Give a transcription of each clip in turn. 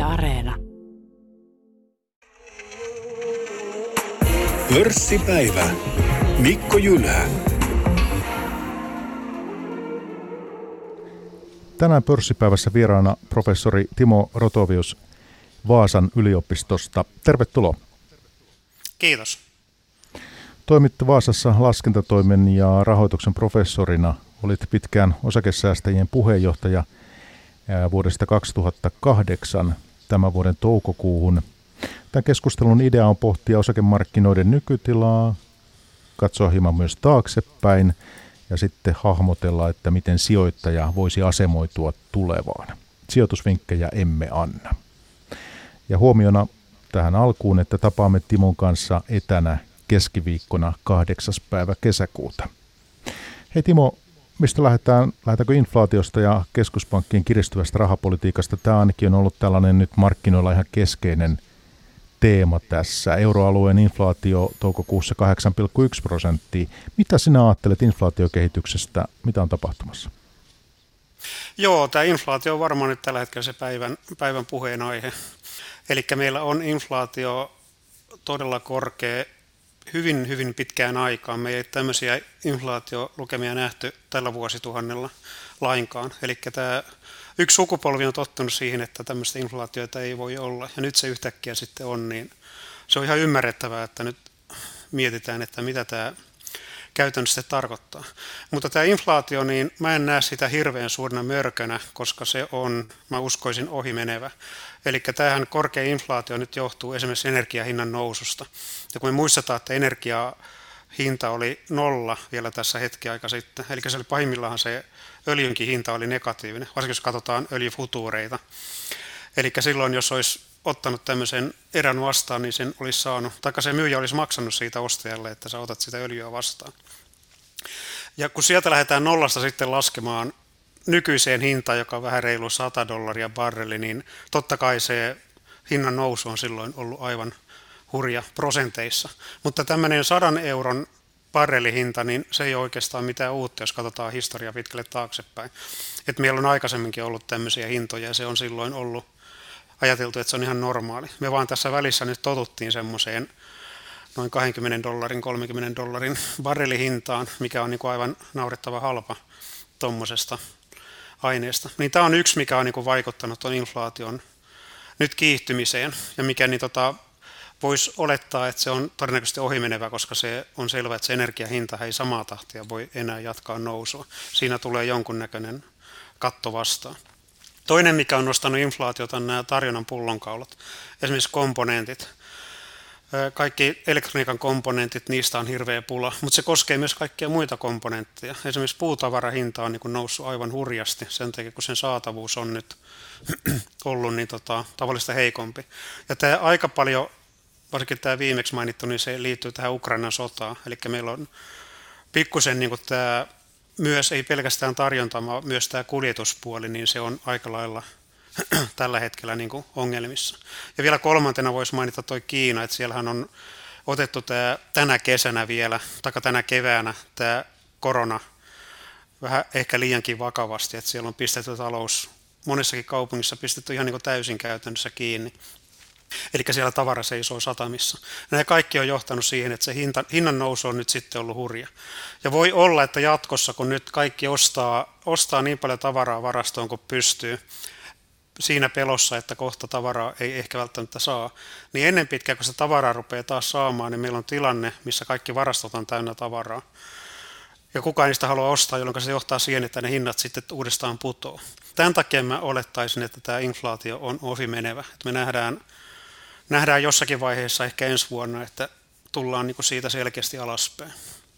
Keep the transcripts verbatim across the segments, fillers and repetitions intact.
Areena. Pörssipäivä. Mikko Jylhä. Tänään pörssipäivässä vieraana professori Timo Rotovius Vaasan yliopistosta. Tervetuloa. Kiitos. Toimitte Vaasassa laskentatoimen ja rahoituksen professorina. Olit pitkään osakesäästäjien puheenjohtaja vuodesta kaksituhattakahdeksan tämän vuoden toukokuuhun. Tämän keskustelun idea on pohtia osakemarkkinoiden nykytilaa, katsoa hieman myös taaksepäin ja sitten hahmotella, että miten sijoittaja voisi asemoitua tulevaan. Sijoitusvinkkejä emme anna. Ja huomiona tähän alkuun, että tapaamme Timon kanssa etänä keskiviikkona kahdeksas päivä kesäkuuta. Hei Timo, mistä lähdetään? Lähdetäänkö inflaatiosta ja keskuspankkien kiristyvästä rahapolitiikasta? Tämä ainakin on ollut tällainen nyt markkinoilla ihan keskeinen teema tässä. Euroalueen inflaatio toukokuussa kahdeksan pilkku yksi prosenttia. Mitä sinä ajattelet inflaatiokehityksestä? Mitä on tapahtumassa? Joo, tämä inflaatio on varmaan nyt tällä hetkellä se päivän, päivän puheenaihe. Eli meillä on inflaatio todella korkea hyvin, hyvin pitkään aikaan. Me ei tämmöisiä inflaatiolukemia nähty tällä vuosituhannella lainkaan. Eli tämä yksi sukupolvi on tottunut siihen, että tämmöistä inflaatioita ei voi olla. Ja nyt se yhtäkkiä sitten on, niin se on ihan ymmärrettävää, että nyt mietitään, että mitä tämä käytännössä tarkoittaa. Mutta tämä inflaatio, niin mä en näe sitä hirveän suurena mörkönä, koska se on, mä uskoisin, ohimenevä. Eli tämähän korkea inflaatio nyt johtuu esimerkiksi energiahinnan noususta. Ja kun me muistetaan, että energiahinta oli nolla vielä tässä hetki aika sitten, eli se oli pahimmillaan se öljynkin hinta oli negatiivinen, varsinkin jos katsotaan öljyfutuureita. Eli silloin, jos olisi ottanut tämmöisen erän vastaan, niin sen olisi saanut, taikka se myyjä olisi maksanut siitä ostajalle, että sä otat sitä öljyä vastaan. Ja kun sieltä lähdetään nollasta sitten laskemaan nykyiseen hintaan, joka on vähän reilu sata dollaria barreli, niin totta kai se hinnan nousu on silloin ollut aivan hurja prosenteissa. Mutta tämmöinen sadan euron barrelihinta, niin se ei ole oikeastaan mitään uutta, jos katsotaan historiaa pitkälle taaksepäin. Et meillä on aikaisemminkin ollut tämmöisiä hintoja ja se on silloin ollut ajateltu, että se on ihan normaali. Me vaan tässä välissä nyt totuttiin semmoiseen noin kaksikymmentä dollarin, kolmekymmentä dollarin barrelihintaan, mikä on niin kuin aivan naurettava halpa tuommoisesta aineesta. Niin tämä on yksi, mikä on niin kuin vaikuttanut tuon inflaation nyt kiihtymiseen ja mikä niin tota, voisi olettaa, että se on todennäköisesti ohimenevä, koska se on selvää, että se energiahinta ei samaa tahtia voi enää jatkaa nousua. Siinä tulee jonkunnäköinen katto vastaan. Toinen, mikä on nostanut inflaatiota, on nämä tarjonnan pullonkaulat, esimerkiksi komponentit. Kaikki elektroniikan komponentit, niistä on hirveä pula, mutta se koskee myös kaikkia muita komponentteja. Esimerkiksi puutavarahinta on niin kuin noussut aivan hurjasti sen takia, kun sen saatavuus on nyt ollut niin tota, tavallista heikompi. Ja tämä aika paljon, varsinkin tämä viimeksi mainittu, niin se liittyy tähän Ukrainan sotaan. Eli meillä on pikkusen niin kuin tämä myös, ei pelkästään tarjonta, vaan myös tämä kuljetuspuoli, niin se on aika lailla tällä hetkellä niin kuin ongelmissa. Ja vielä kolmantena voisi mainita tuo Kiina, että siellähän on otettu tämä, tänä kesänä vielä, tai tänä keväänä tämä korona vähän ehkä liiankin vakavasti, että siellä on pistetty talous monessakin kaupungissa pistetty ihan niin kuin täysin käytännössä kiinni. Eli siellä tavara seisoo satamissa. Nämä kaikki on johtanut siihen, että se hinta, hinnan nousu on nyt sitten ollut hurja. Ja voi olla, että jatkossa, kun nyt kaikki ostaa, ostaa niin paljon tavaraa varastoon kuin pystyy, siinä pelossa, että kohta tavaraa ei ehkä välttämättä saa, niin ennen pitkään, kun sitä tavaraa rupeaa taas saamaan, niin meillä on tilanne, missä kaikki varastot on täynnä tavaraa. Ja kukaan niistä haluaa ostaa, jolloin se johtaa siihen, että ne hinnat sitten uudestaan putoaa. Tämän takia mä olettaisin, että tämä inflaatio on ohimenevä. Että me nähdään, nähdään jossakin vaiheessa ehkä ensi vuonna, että tullaan niin kuin siitä selkeästi alaspäin.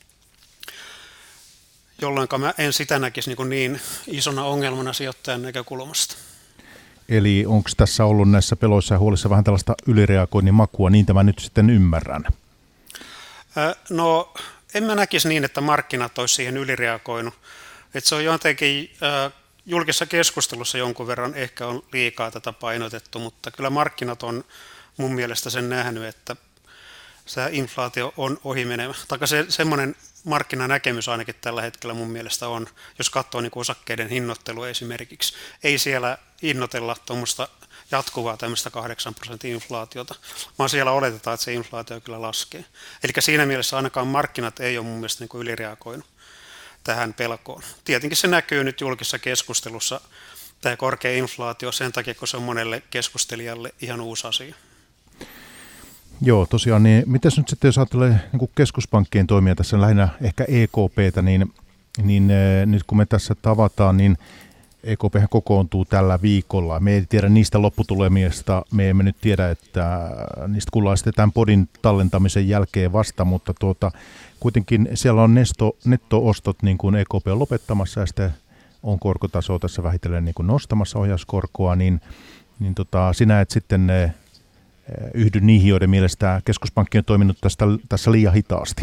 Jolloin mä en sitä näkisi niin, kuin niin isona ongelmana sijoittajan näkökulmasta. Eli onko tässä ollut näissä peloissa ja huolissa vähän tällaista ylireagoinnin makua, niin tämä nyt sitten ymmärrän? No, en mä näkisi niin, että markkinat olisi siihen ylireagoinut. Että se on jotenkin julkisessa keskustelussa jonkun verran ehkä on liikaa tätä painotettu, mutta kyllä markkinat on mun mielestä sen nähnyt, että se inflaatio on ohimenevä. Tai se, semmoinen markkinanäkemys ainakin tällä hetkellä mun mielestä on, jos katsoo niin kuin osakkeiden hinnoittelua esimerkiksi. Ei siellä hinnoitella tuommoista jatkuvaa tämmöistä kahdeksan prosentin inflaatiota, vaan siellä oletetaan, että se inflaatio kyllä laskee. Eli siinä mielessä ainakaan markkinat ei ole mun mielestä niin kuin ylireagoinut tähän pelkoon. Tietenkin se näkyy nyt julkisessa keskustelussa, tämä korkea inflaatio, sen takia, kun se on monelle keskustelijalle ihan uusi asia. Joo, tosiaan, niin mitäs nyt sitten, jos ajattelee niin kuin keskuspankkien toimia tässä, lähinnä ehkä E K P:tä, niin, niin äh, nyt kun me tässä tavataan, niin E K P kokoontuu tällä viikolla. Me ei tiedä niistä lopputulemista, me emme nyt tiedä, että niistä kuullaan sitten tämän podin tallentamisen jälkeen vasta, mutta tuota, kuitenkin siellä on nesto, netto-ostot, niin kuin E K P on lopettamassa, ja sitten on korkotasoa tässä vähitellen niin kuin nostamassa ohjauskorkoa, niin, niin tota, sinä et sitten ne yhdy niihin, joiden mielestä keskuspankki on toiminut tästä, tässä liian hitaasti.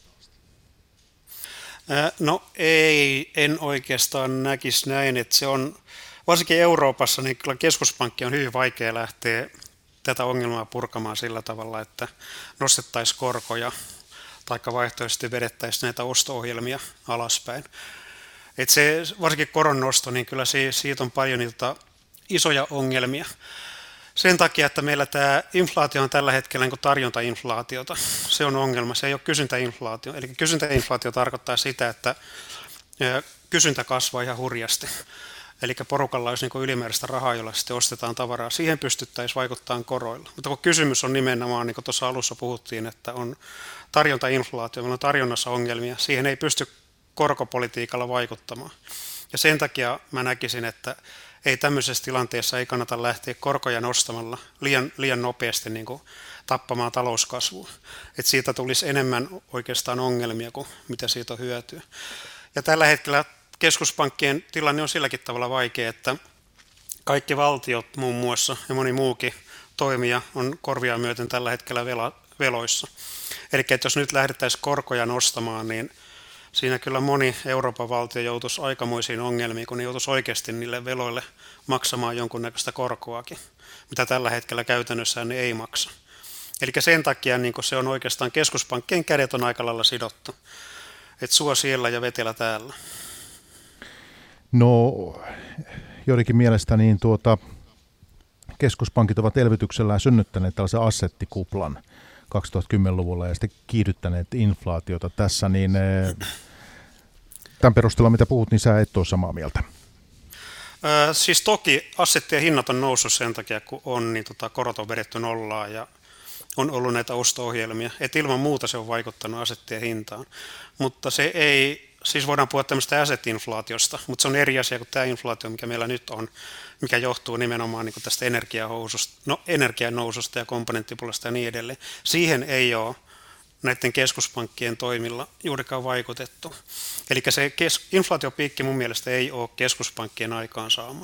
No ei, en oikeastaan näkisi näin, että se on, varsinkin Euroopassa, niin kyllä keskuspankki on hyvin vaikea lähteä tätä ongelmaa purkamaan sillä tavalla, että nostettaisiin korkoja tai vaihtoehtoisesti vedettäisiin näitä osto-ohjelmia alaspäin. Että se, varsinkin koron nosto, niin kyllä siitä on paljon niitä isoja ongelmia. Sen takia, että meillä tämä inflaatio on tällä hetkellä niin kuin tarjontainflaatiota. Se on ongelma, se ei ole kysyntäinflaatio. Eli kysyntäinflaatio tarkoittaa sitä, että kysyntä kasvaa ihan hurjasti. Eli porukalla olisi niin kuin ylimääräistä rahaa, jolla sitten ostetaan tavaraa. Siihen pystyttäisiin vaikuttamaan koroilla. Mutta kun kysymys on nimenomaan, niin kuin tuossa alussa puhuttiin, että on tarjontainflaatio, meillä on tarjonnassa ongelmia. Siihen ei pysty korkopolitiikalla vaikuttamaan. Ja sen takia mä näkisin, että ei tämmöisessä tilanteessa ei kannata lähteä korkoja nostamalla liian, liian nopeasti niin kuin tappamaan talouskasvua. Et siitä tulisi enemmän oikeastaan ongelmia kuin mitä siitä on hyötyä. Ja tällä hetkellä keskuspankkien tilanne on silläkin tavalla vaikea, että kaikki valtiot muun muassa ja moni muukin toimija on korvia myöten tällä hetkellä vela, veloissa. Eli jos nyt lähdettäisiin korkoja nostamaan, niin siinä kyllä moni Euroopan valtio joutuisi aikamoisiin ongelmiin, kun ne joutuisi oikeasti niille veloille maksamaan jonkunnäköistä korkoakin, mitä tällä hetkellä käytännössä ne ei maksa. Eli sen takia niin se on oikeastaan keskuspankkien kädet on aika lailla sidottu, että suo siellä ja vetelä täällä. No joidenkin mielestä niin tuota, keskuspankit ovat elvytyksellään synnyttäneet tällaisen assettikuplan kaksituhattakymmenluvulla ja sitten kiihdyttäneet inflaatiota tässä, niin tämän perusteella mitä puhut, niin sä et ole samaa mieltä. Öö, siis toki assettien hinnat on noussut sen takia, kun on, niin tota, korot on vedetty nollaan ja on ollut näitä osto-ohjelmia. Et ilman muuta se on vaikuttanut assettien hintaan, mutta se ei, siis voidaan puhua tämmöistä asset-inflaatiosta, mutta se on eri asia kuin tämä inflaatio, mikä meillä nyt on, mikä johtuu nimenomaan niin kuin tästä no, energian noususta ja komponenttipulasta ja niin edelleen. Siihen ei ole näiden keskuspankkien toimilla juurikaan vaikutettu. Eli se kes- inflaatiopiikki mun mielestä ei ole keskuspankkien aikaansaama.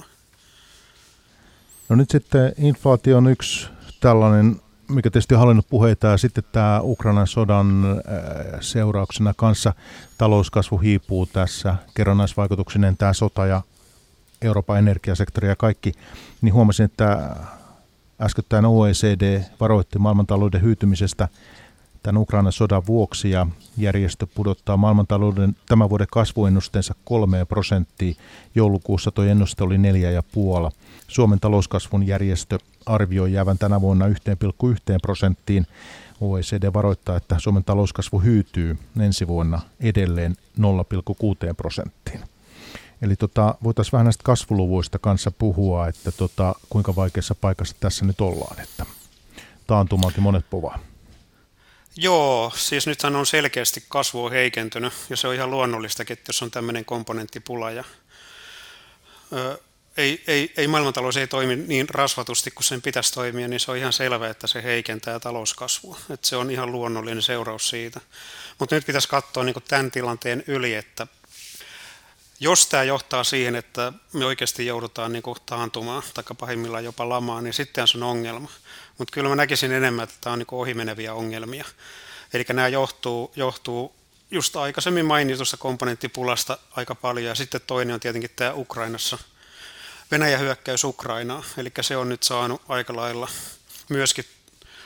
No nyt sitten inflaatio on yksi tällainen, mikä tietysti on hallinnut puheita, ja sitten tämä Ukrainan sodan seurauksena kanssa talouskasvu hiipuu tässä, kerrannaisvaikutuksineen tämä sota ja Euroopan energiasektori ja kaikki, niin huomasin, että äskettäin O E C D varoitti maailmantalouden hyytymisestä tämän Ukrainan sodan vuoksi, ja järjestö pudottaa maailmantalouden tämän vuoden kasvuennusteensa kolmeen prosenttiin. Joulukuussa tuo ennuste oli neljä ja puoli. Suomen talouskasvun järjestö arvioi jäävän tänä vuonna yksi pilkku yksi prosenttiin. O E C D varoittaa, että Suomen talouskasvu hyytyy ensi vuonna edelleen nolla pilkku kuusi prosenttiin. Eli tota, voitaisiin vähän näistä kasvuluvuista kanssa puhua, että tota, kuinka vaikeassa paikassa tässä nyt ollaan, että taantumaakin monet povaa. Joo, siis nythän on selkeästi kasvu on heikentynyt, ja se on ihan luonnollistakin, että jos on tämmöinen komponenttipula. Ja, ö, ei, ei, ei maailmantalous ei toimi niin rasvatusti kuin sen pitäisi toimia, niin se on ihan selvää, että se heikentää talouskasvua. Että se on ihan luonnollinen seuraus siitä. Mutta nyt pitäisi katsoa niin kuin tämän tilanteen yli, että jos tämä johtaa siihen, että me oikeasti joudutaan niin kuin taantumaan tai pahimmillaan jopa lamaan, niin sitten se on ongelma. Mutta kyllä mä näkisin enemmän, että tämä on niin kuin ohimeneviä ongelmia. Eli nämä johtuu, johtuu just aikaisemmin mainitusta komponenttipulasta aika paljon, ja sitten toinen on tietenkin tämä Ukrainassa, Venäjän hyökkäys Ukrainaan, eli se on nyt saanut aika lailla myöskin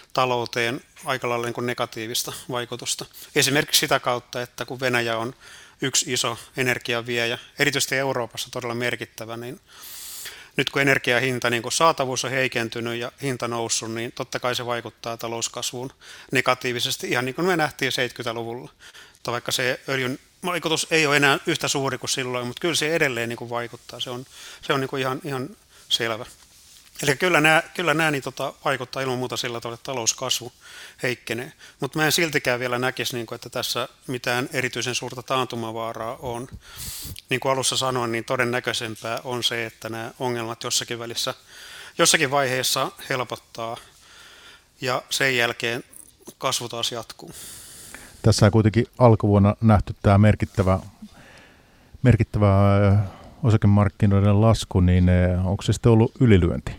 talouteen aika lailla niin kuin negatiivista vaikutusta. Esimerkiksi sitä kautta, että kun Venäjä on yksi iso energiaviejä, erityisesti Euroopassa todella merkittävä, niin nyt kun energiahinta, niin kun saatavuus on heikentynyt ja hinta noussut, niin totta kai se vaikuttaa talouskasvuun negatiivisesti, ihan niin kuin me nähtiin seitsemänkymmentäluvulla. Tai vaikka se öljyn vaikutus ei ole enää yhtä suuri kuin silloin, mutta kyllä se edelleen niin kuin vaikuttaa, se on, se on niin kuin ihan, ihan selvä. Eli kyllä nämä, kyllä nämä niin tota, vaikuttaa ilman muuta sillä tavalla, että talouskasvu heikkenee. Mutta mä en siltikään vielä näkisi, niin kuin, että tässä mitään erityisen suurta taantumavaaraa on. Niin kuin alussa sanoin, niin todennäköisempää on se, että nämä ongelmat jossakin välissä, jossakin vaiheessa helpottaa ja sen jälkeen kasvu taas jatkuu. Tässä on kuitenkin alkuvuonna nähty tämä merkittävä, merkittävä osakemarkkinoiden lasku, niin onko se sitten ollut ylilyönti?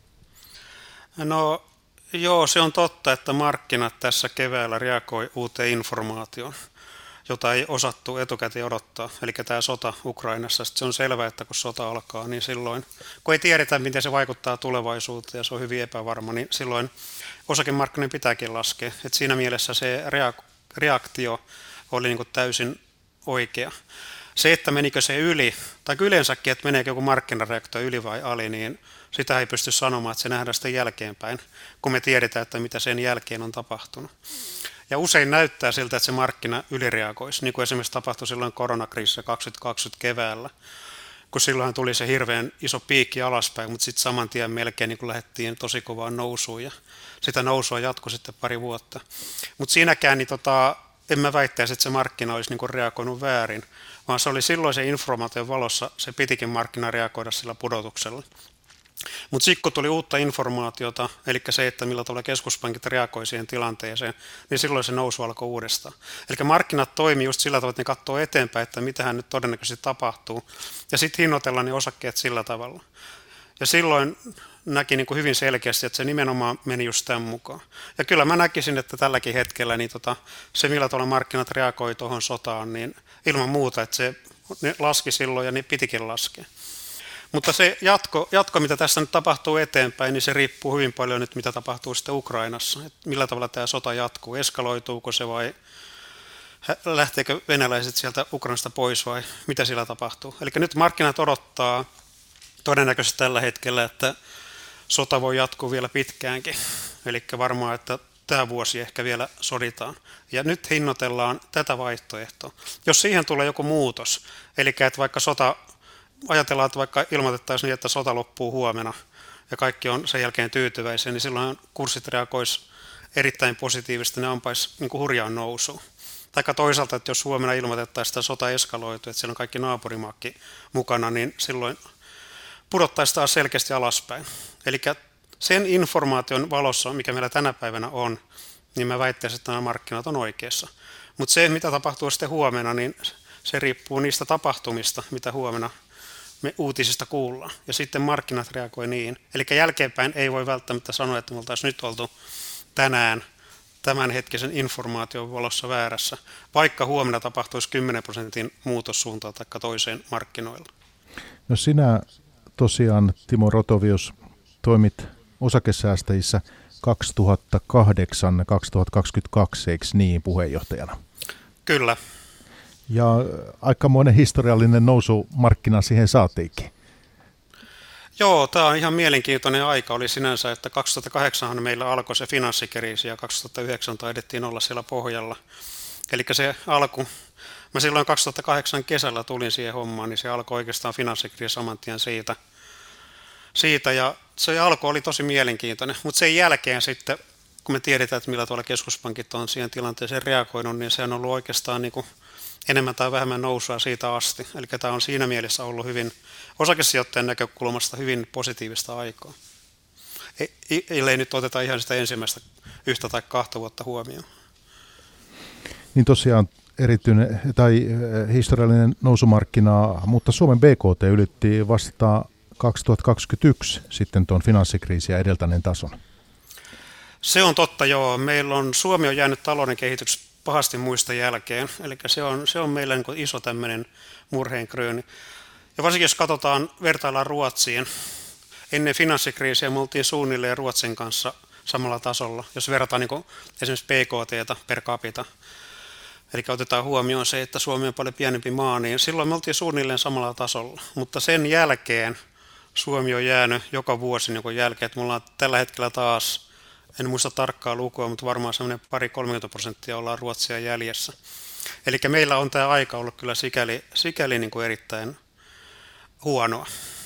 No joo, se on totta, että markkinat tässä keväällä reagoi uuteen informaatioon, jota ei osattu etukäteen odottaa. Eli tämä sota Ukrainassa, sitten se on selvää, että kun sota alkaa, niin silloin, kun ei tiedetä, miten se vaikuttaa tulevaisuuteen ja se on hyvin epävarma, niin silloin osakemarkkinoiden pitääkin laskea. Et siinä mielessä se reaktio oli niin kuin täysin oikea. Se, että menikö se yli, tai yleensäkin, että meneekö joku markkinareaktio yli vai ali, niin sitä ei pysty sanomaan, että se nähdään sitten jälkeenpäin, kun me tiedetään, että mitä sen jälkeen on tapahtunut. Ja usein näyttää siltä, että se markkina ylireagoisi, niin kuin esimerkiksi tapahtui silloin koronakriisissä kaksituhattakaksikymmentä keväällä, kun silloin tuli se hirveän iso piikki alaspäin, mutta sitten saman tien melkein niin lähdettiin tosi kovaan nousuun, ja sitä nousua jatkui sitten pari vuotta. Mutta siinäkään niin tota, en mä väittäisi, että se markkina olisi niin kuin reagoinut väärin, vaan se oli silloin se informaation valossa, se pitikin markkina reagoida sillä pudotuksella. Mutta sitten kun tuli uutta informaatiota, eli se, että millä tavalla keskuspankit reagoi siihen tilanteeseen, niin silloin se nousu alkoi uudestaan. Eli markkinat toimii just sillä tavalla, että ne katsoo eteenpäin, että mitähän nyt todennäköisesti tapahtuu, ja sitten hinnoitellaan ne osakkeet sillä tavalla. Ja silloin näki niin kuin hyvin selkeästi, että se nimenomaan meni just tämän mukaan. Ja kyllä mä näkisin, että tälläkin hetkellä niin tota, se, millä tavalla markkinat reagoi tuohon sotaan, niin ilman muuta, että se ne laski silloin ja ne pitikin laskea. Mutta se jatko, jatko, mitä tässä nyt tapahtuu eteenpäin, niin se riippuu hyvin paljon nyt, mitä tapahtuu sitten Ukrainassa. Että millä tavalla tämä sota jatkuu, eskaloituuko se vai lähteekö venäläiset sieltä Ukrainasta pois vai mitä siellä tapahtuu. Eli nyt markkinat odottaa todennäköisesti tällä hetkellä, että sota voi jatkuu vielä pitkäänkin. Eli varmaan, että tämä vuosi ehkä vielä soditaan. Ja nyt hinnoitellaan tätä vaihtoehtoa. Jos siihen tulee joku muutos, eli että vaikka sota, ajatellaan, että vaikka ilmoitettaisiin niin, että sota loppuu huomenna ja kaikki on sen jälkeen tyytyväisiä, niin silloin kurssit reagoisi erittäin positiivisesti, ne ampaisi niin kuin hurjaan nousuun. Taikka toisaalta, että jos huomenna ilmoitettaisiin, että sota eskaloituu, että siellä on kaikki naapurimaakki mukana, niin silloin pudottaisi taas selkeästi alaspäin. Eli sen informaation valossa, mikä meillä tänä päivänä on, niin mä väittäisin, että nämä markkinat on oikeassa. Mutta se, mitä tapahtuu sitten huomenna, niin se riippuu niistä tapahtumista, mitä huomenna me uutisista kuullaan. Ja sitten markkinat reagoi niin. Eli jälkeenpäin ei voi välttämättä sanoa, että me oltaisiin nyt oltu tänään tämänhetkisen informaation valossa väärässä, vaikka huomenna tapahtuisi kymmenen prosentin muutossuuntaan tai toiseen markkinoilla. No sinä tosiaan, Timo Rotovius, toimit osakesäästäjissä kaksituhattakahdeksan kaksituhattakaksikymmentäkaksi, eikö niin, puheenjohtajana? Kyllä. Ja aikamoinen historiallinen nousu markkina siihen saatiinkin. Joo, tämä on ihan mielenkiintoinen aika oli sinänsä, että kaksituhattakahdeksan meillä alkoi se finanssikriisi ja kaksituhattayhdeksän taidettiin olla siellä pohjalla. Eli se alku, mä silloin kaksituhattakahdeksan kesällä tulin siihen hommaan, niin se alkoi oikeastaan finanssikriisi saman tien siitä. siitä ja se alku oli tosi mielenkiintoinen, mutta sen jälkeen sitten, kun me tiedetään, että millä tavalla keskuspankit on siihen tilanteeseen reagoinut, niin se on ollut oikeastaan niin kuin enemmän tai vähemmän nousua siitä asti. Eli tämä on siinä mielessä ollut hyvin osakesijoittajan näkökulmasta hyvin positiivista aikaa. Ellei nyt oteta ihan sitä ensimmäistä yhtä tai kahta vuotta huomioon. Niin tosiaan erityinen tai historiallinen nousumarkkina, mutta Suomen B K T ylitti vasta kaksituhattakaksikymmentäyksi sitten tuon finanssikriisiä edeltäneen tason. Se on totta, joo. Meillä on, Suomi on jäänyt talouden kehityksessä pahasti muista jälkeen, eli se on, se on meillä niin iso tämmöinen murheenkryyni. Ja varsinkin jos katsotaan, vertaillaan Ruotsiin, ennen finanssikriisiä me oltiin suunnilleen Ruotsin kanssa samalla tasolla, jos verrataan niin kuin esimerkiksi P K T:tä per capita. Eli otetaan huomioon se, että Suomi on paljon pienempi maa, niin silloin me oltiin suunnilleen samalla tasolla. Mutta sen jälkeen Suomi on jäänyt joka vuosi niin jälkeen, että me ollaan tällä hetkellä taas, en muista tarkkaa lukua, mutta varmaan semmoinen pari kolmekymmentä prosenttia ollaan Ruotsia jäljessä. Eli meillä on tämä aika ollut kyllä sikäli, sikäli niin kuin erittäin huonoa.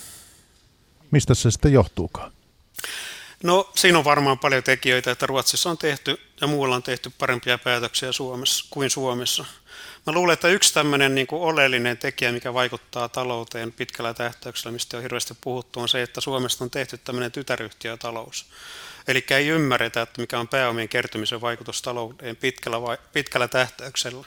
Mistä se sitten johtuukaan? No siinä on varmaan paljon tekijöitä, että Ruotsissa on tehty ja muualla on tehty parempia päätöksiä Suomessa kuin Suomessa. Mä luulen, että yksi tämmöinen niin kuin oleellinen tekijä, mikä vaikuttaa talouteen pitkällä tähtäyksellä, mistä on hirveästi puhuttu, on se, että Suomesta on tehty tämmöinen tytäryhtiötalous. Eli ei ymmärretä, että mikä on pääomien kertymisen vaikutus talouteen pitkällä, vai, pitkällä tähtäyksellä.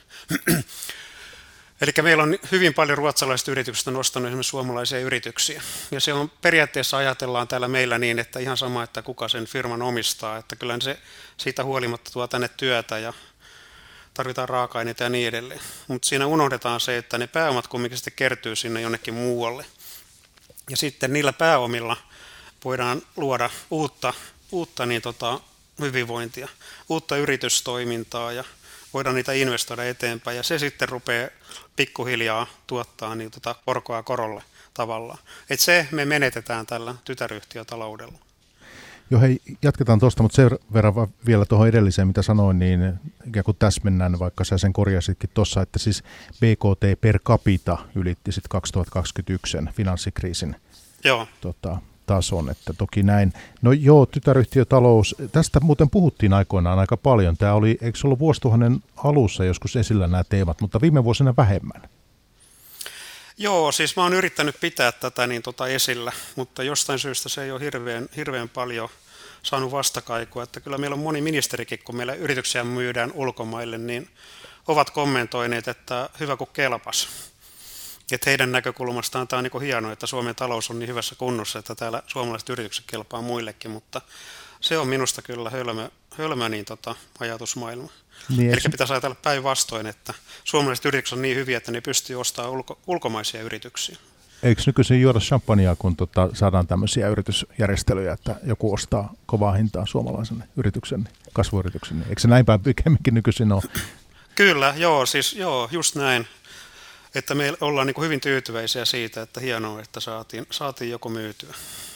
Eli meillä on hyvin paljon ruotsalaiset yritykset nostanut esimerkiksi suomalaisia yrityksiä. Ja se on periaatteessa ajatellaan täällä meillä niin, että ihan sama, että kuka sen firman omistaa. Että kyllä se siitä huolimatta tuo tänne työtä ja tarvitaan raaka-aineita ja niin edelleen. Mutta siinä unohdetaan se, että ne pääomat kumminkin sitten kertyy sinne jonnekin muualle. Ja sitten niillä pääomilla voidaan luoda uutta, uutta niin tota, hyvinvointia, uutta yritystoimintaa ja voidaan niitä investoida eteenpäin ja se sitten rupeaa pikkuhiljaa tuottaa niin tota korkoa korolle tavallaan. Et se me menetetään tällä tytäryhtiötaloudella. Joo, hei, jatketaan tuosta, mutta sen verran vielä tuohon edelliseen, mitä sanoin, niin ikään kuin täsmennään, vaikka sä sen korjasitkin tuossa, että siis B K T per capita ylitti sitten kaksituhattakaksikymmentäyksi sen finanssikriisin Joo. Tota, tason, että toki näin. No joo, tytäryhtiötalous, tästä muuten puhuttiin aikoinaan aika paljon. Tämä oli, eikö se ollut vuosituhannen alussa joskus esillä nämä teemat, mutta viime vuosina vähemmän. Joo, siis mä oon yrittänyt pitää tätä niin tota esillä, mutta jostain syystä se ei ole hirveän, hirveän paljon saanut vastakaikua. Että kyllä meillä on moni ministerikin, kun meillä yrityksiä myydään ulkomaille, niin ovat kommentoineet, että hyvä kun kelpas. Että heidän näkökulmastaan tämä on niin hienoa, että Suomen talous on niin hyvässä kunnossa, että täällä suomalaiset yritykset kelpaa muillekin, mutta se on minusta kyllä hölmö, hölmö niin tota, ajatusmaailma. Niin, eli pitäisi ajatella päinvastoin, että suomalaiset yritykset on niin hyviä, että ne pystyy ostamaan ulko, ulkomaisia yrityksiä. Eikö nykyisin juoda champagnea, kun tota, saadaan tämmöisiä yritysjärjestelyjä, että joku ostaa kovaa hintaa suomalaisen yrityksen, kasvuyrityksen? Eikö se näin päin pikemminkin nykyisin ole? Kyllä, joo, siis joo, just näin. Että me ollaan niin kuin hyvin tyytyväisiä siitä, että hienoa, että saatiin, saatiin joku myytyä.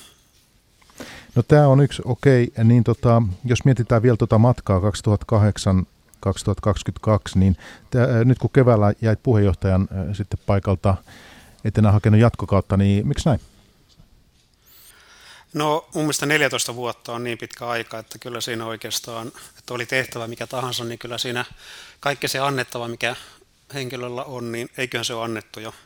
No tämä on yksi, okei, okay, niin tota, jos mietitään vielä tuota matkaa kaksituhattakahdeksan kaksituhattakaksikymmentäkaksi, niin tää, nyt kun keväällä jäit puheenjohtajan äh, sitten paikalta, et enää hakenut jatkokautta, niin miksi näin? No mun mielestä neljätoista vuotta on niin pitkä aika, että kyllä siinä oikeastaan, että oli tehtävä mikä tahansa, niin kyllä siinä kaikki se annettava, mikä henkilöllä on, niin eiköhän se ole annettu jo.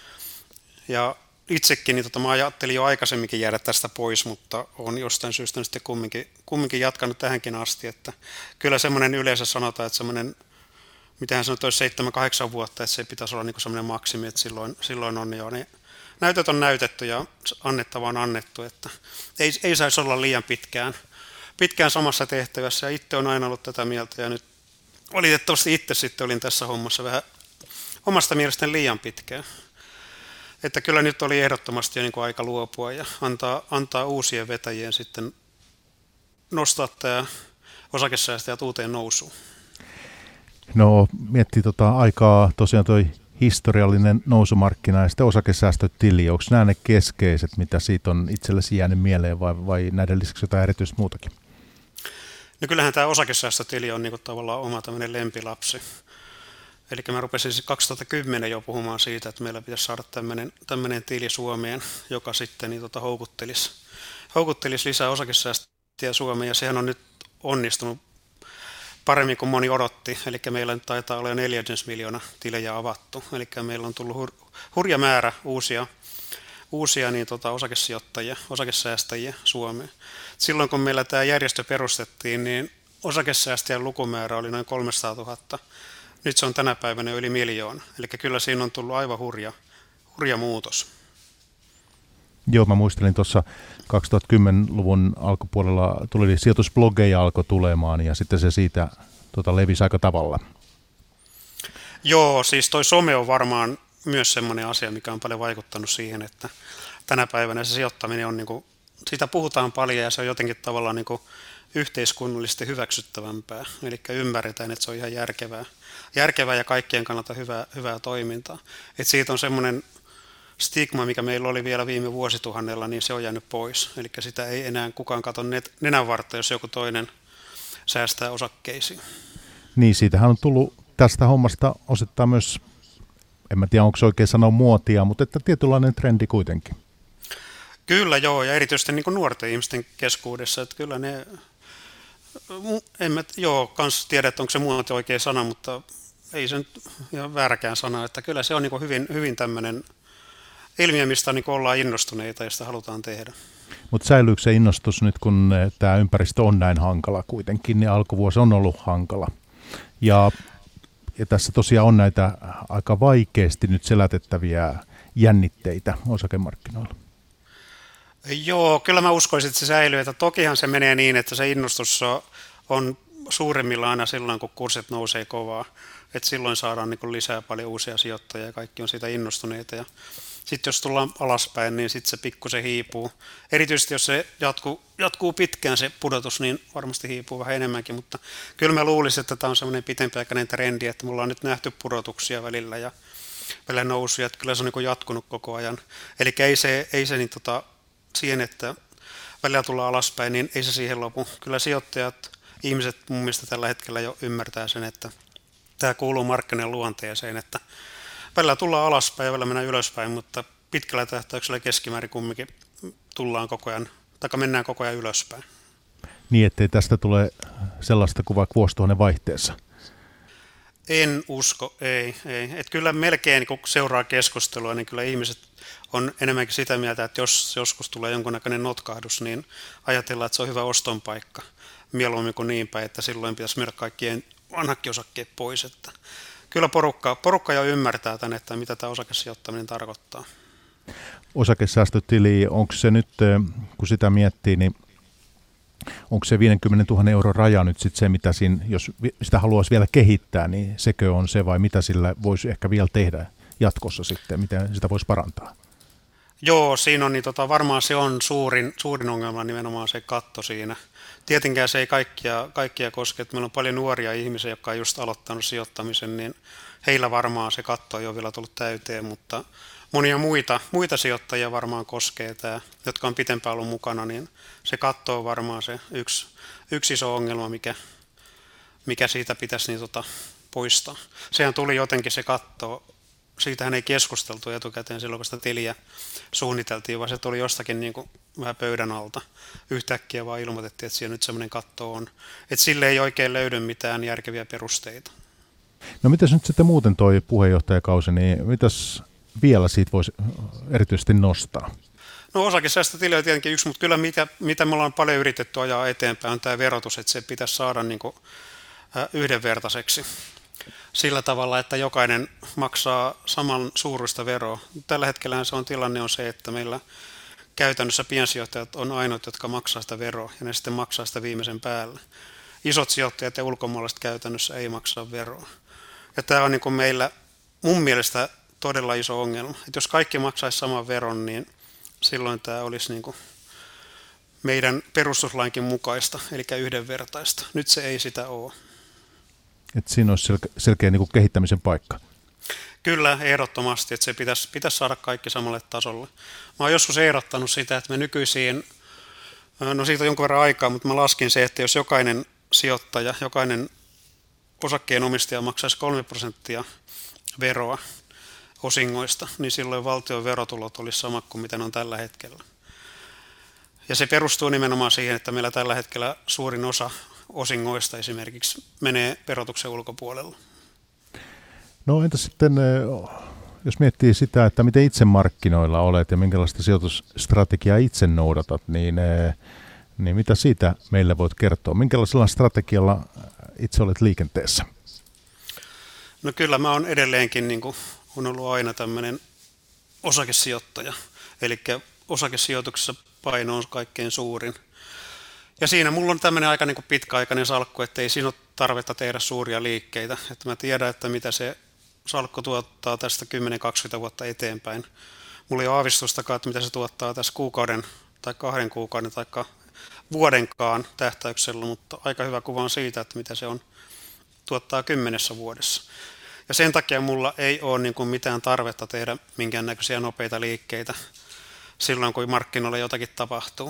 Ja itsekin, niin tota, mä ajattelin jo aikaisemminkin jäädä tästä pois, mutta olen jostain syystä sitten kumminkin, kumminkin jatkanut tähänkin asti, että kyllä semmoinen yleensä sanotaan, että semmoinen, mitähän sanotaan, seitsemän kahdeksan vuotta, että se pitäisi olla niin semmoinen maksimi, että silloin, silloin on jo, niin näytöt on näytetty ja annettava on annettu, että ei, ei saisi olla liian pitkään, pitkään samassa tehtävässä ja itse on aina ollut tätä mieltä ja nyt valitettavasti itse sitten olin tässä hommassa vähän omasta mielestäni liian pitkään. Että kyllä nyt oli ehdottomasti jo niin kuin aika luopua ja antaa, antaa uusien vetäjien sitten nostaa tämä osakesäästäjät uuteen nousuun. No miettii tota aikaa, tosiaan toi historiallinen nousumarkkina ja sitten osakesäästötili. Onko nämä ne keskeiset, mitä siitä on itsellesi jäänyt mieleen vai, vai näiden lisäksi jotain erityistä muutakin? No kyllähän tämä osakesäästötili on niin kuin tavallaan oma tämmöinen lempilapsi. Eli mä rupesin kaksituhattakymmenen jo puhumaan siitä, että meillä pitäisi saada tämmöinen, tämmöinen tili Suomeen, joka sitten niin tota, houkuttelisi, houkuttelisi lisää osakesäästöjä Suomeen, ja sehän on nyt onnistunut paremmin kuin moni odotti. Eli meillä nyt taitaa olla jo neljännes miljoona tilejä avattu, eli meillä on tullut hur, hurja määrä uusia, uusia niin tota, osakesijoittajia, osakesäästäjiä Suomeen. Silloin kun meillä tämä järjestö perustettiin, niin osakesäästäjän lukumäärä oli noin kolmesataatuhatta. Nyt se on tänä päivänä yli miljoona. Eli kyllä siinä on tullut aivan hurja, hurja muutos. Joo, mä muistelin tuossa kaksituhattakymmenluvun alkupuolella tuli sijoitusblogeja alkoi tulemaan ja sitten se siitä tota, levisi aika tavalla. Joo, siis toi some on varmaan myös semmoinen asia, mikä on paljon vaikuttanut siihen, että tänä päivänä se sijoittaminen on niin kuin siitä puhutaan paljon ja se on jotenkin tavallaan niin kuin yhteiskunnallisesti hyväksyttävämpää. Eli ymmärretään, että se on ihan järkevää, järkevää ja kaikkien kannalta hyvää, hyvää toimintaa. Et siitä on semmoinen stigma, mikä meillä oli vielä viime vuosituhannella, niin se on jäänyt pois. Eli sitä ei enää kukaan katso nenänvartta, jos joku toinen säästää osakkeisiin. Niin, siitähän on tullut tästä hommasta osittain myös, en mä tiedä onko se oikein sanoa muotia, mutta että tietynlainen trendi kuitenkin. Kyllä joo, ja erityisesti niin kuin nuorten ihmisten keskuudessa, että kyllä ne, en mä, joo, kans tiedä, että onko se muoti oikea sana, mutta ei se nyt ihan vääräkään sana, että kyllä se on niin kuin hyvin, hyvin tämmöinen ilmiö, mistä niin kuin ollaan innostuneita ja sitä halutaan tehdä. Mutta säilyykö se innostus nyt, kun tämä ympäristö on näin hankala kuitenkin, niin alkuvuosi on ollut hankala. Ja, ja tässä tosiaan on näitä aika vaikeasti nyt selätettäviä jännitteitä osakemarkkinoilla. Joo, kyllä mä uskoisin, että se säilyy. Että tokihan se menee niin, että se innostus on suurimmillaan aina silloin, kun kurssit nousee kovaa. Että silloin saadaan niin kuin lisää paljon uusia sijoittajia ja kaikki on siitä innostuneita. Ja sitten jos tullaan alaspäin, niin sitten se pikkusen hiipuu. Erityisesti jos se jatkuu, jatkuu pitkään se pudotus, niin varmasti hiipuu vähän enemmänkin. Mutta kyllä mä luulisin, että tämä on semmoinen pitempiaikainen trendi, että mulla on nyt nähty pudotuksia välillä ja välillä nousuja. Että kyllä se on niin kuin jatkunut koko ajan. Eli ei se, ei se niin tota, siihen, että välillä tullaan alaspäin, niin ei se siihen lopu. Kyllä sijoittajat, ihmiset mun mielestä tällä hetkellä jo ymmärtää sen, että tämä kuuluu markkinoiden luonteeseen, että välillä tullaan alaspäin ja välillä mennään ylöspäin, mutta pitkällä tähtäyksellä keskimäärin kumminkin tullaan koko ajan, tai mennään koko ajan ylöspäin. Niin, ettei tästä tule sellaista kuin vaikka vuosituhannen vaihteessa. En usko, ei. ei. Et kyllä melkein, kun seuraa keskustelua, niin kyllä ihmiset on enemmänkin sitä mieltä, että jos joskus tulee jonkunnäköinen notkahdus, niin ajatellaan, että se on hyvä oston paikka. Mieluummin kuin niin päin, että silloin pitäisi myydä kaikkien vanhatkin osakkeet pois. Että kyllä porukka, porukka jo ymmärtää tämän, että mitä tämä osakesijoittaminen tarkoittaa. Osakesäästötili, onko se nyt, kun sitä miettii, niin onko se viisikymmentätuhatta euron raja nyt sitten se, mitä siinä, jos sitä haluaisi vielä kehittää, niin sekö on se vai mitä sillä voisi ehkä vielä tehdä jatkossa sitten, miten sitä voisi parantaa? Joo, siinä on, niin tota, varmaan se on suurin, suurin ongelma nimenomaan se katto siinä. Tietenkään se ei kaikkia, kaikkia koske, että meillä on paljon nuoria ihmisiä, jotka on just aloittanut sijoittamisen, niin heillä varmaan se katto ei ole vielä tullut täyteen, mutta monia muita, muita sijoittajia varmaan koskee tämä, jotka on pitempään ollut mukana, niin se katto on varmaan se yksi, yksi iso ongelma, mikä, mikä siitä pitäisi niin tota, poistaa. Sehän tuli jotenkin se katto, siitähän ei keskusteltu etukäteen silloin, kun sitä tiliä suunniteltiin, vaan se tuli jostakin niin kuin vähän pöydän alta. Yhtäkkiä vaan ilmoitettiin, että siellä nyt semmoinen katto on. Että sille ei oikein löydy mitään järkeviä perusteita. No mitäs nyt sitten muuten toi puheenjohtajakausi, niin mitäs vielä siitä voisi erityisesti nostaa? No osakesäästötili on tietenkin yksi, mutta kyllä mitä, mitä me ollaan paljon yritetty ajaa eteenpäin on tämä verotus, että se pitäisi saada niin kuin yhdenvertaiseksi. Sillä tavalla, että jokainen maksaa saman suuruista veroa. Tällä hetkellä se on tilanne on se, että meillä käytännössä piensijoittajat on ainoat, jotka maksaa sitä veroa, ja ne sitten maksaa sitä viimeisen päälle. Isot sijoittajat ja ulkomaalaiset käytännössä ei maksaa veroa. Ja tämä on niin kuin meillä mun mielestä todella iso ongelma. Että jos kaikki maksaisi saman veron, niin silloin tämä olisi niin kuin meidän perustuslainkin mukaista, eli yhdenvertaista. Nyt se ei sitä ole. Että siinä olisi selkeä, selkeä niin kuin kehittämisen paikka. Kyllä, ehdottomasti, että se pitäisi, pitäisi saada kaikki samalle tasolle. Mä oon joskus ehdottanut sitä, että me nykyisiin, no siitä on jonkun verran aikaa, mutta mä laskin se, että jos jokainen sijoittaja, jokainen osakkeenomistaja maksaisi kolme prosenttia veroa osingoista, niin silloin valtion verotulot olisi sama kuin mitä ne on tällä hetkellä. Ja se perustuu nimenomaan siihen, että meillä tällä hetkellä suurin osa osingoista esimerkiksi menee verotuksen ulkopuolella. No entä sitten, jos miettii sitä, että miten itse markkinoilla olet ja minkälaista sijoitusstrategiaa itse noudatat, niin, niin mitä siitä meille voit kertoa? Minkälaisella strategialla itse olet liikenteessä? No kyllä mä oon edelleenkin, niin kuin on ollut aina tämmöinen osakesijoittaja, eli osakesijoituksessa paino on kaikkein suurin. Ja siinä mulla on tämmöinen aika niin kuin pitkäaikainen salkku, että ei siinä ole tarvetta tehdä suuria liikkeitä. Että mä tiedän, että mitä se salkku tuottaa tästä kymmenen kaksikymmentä vuotta eteenpäin. Mulla ei ole aavistustakaan, että mitä se tuottaa tässä kuukauden tai kahden kuukauden tai vuodenkaan tähtäyksellä, mutta aika hyvä kuva on siitä, että mitä se on tuottaa kymmenessä vuodessa. Ja sen takia mulla ei ole niin kuin mitään tarvetta tehdä minkäännäköisiä nopeita liikkeitä silloin, kun markkinoilla jotakin tapahtuu.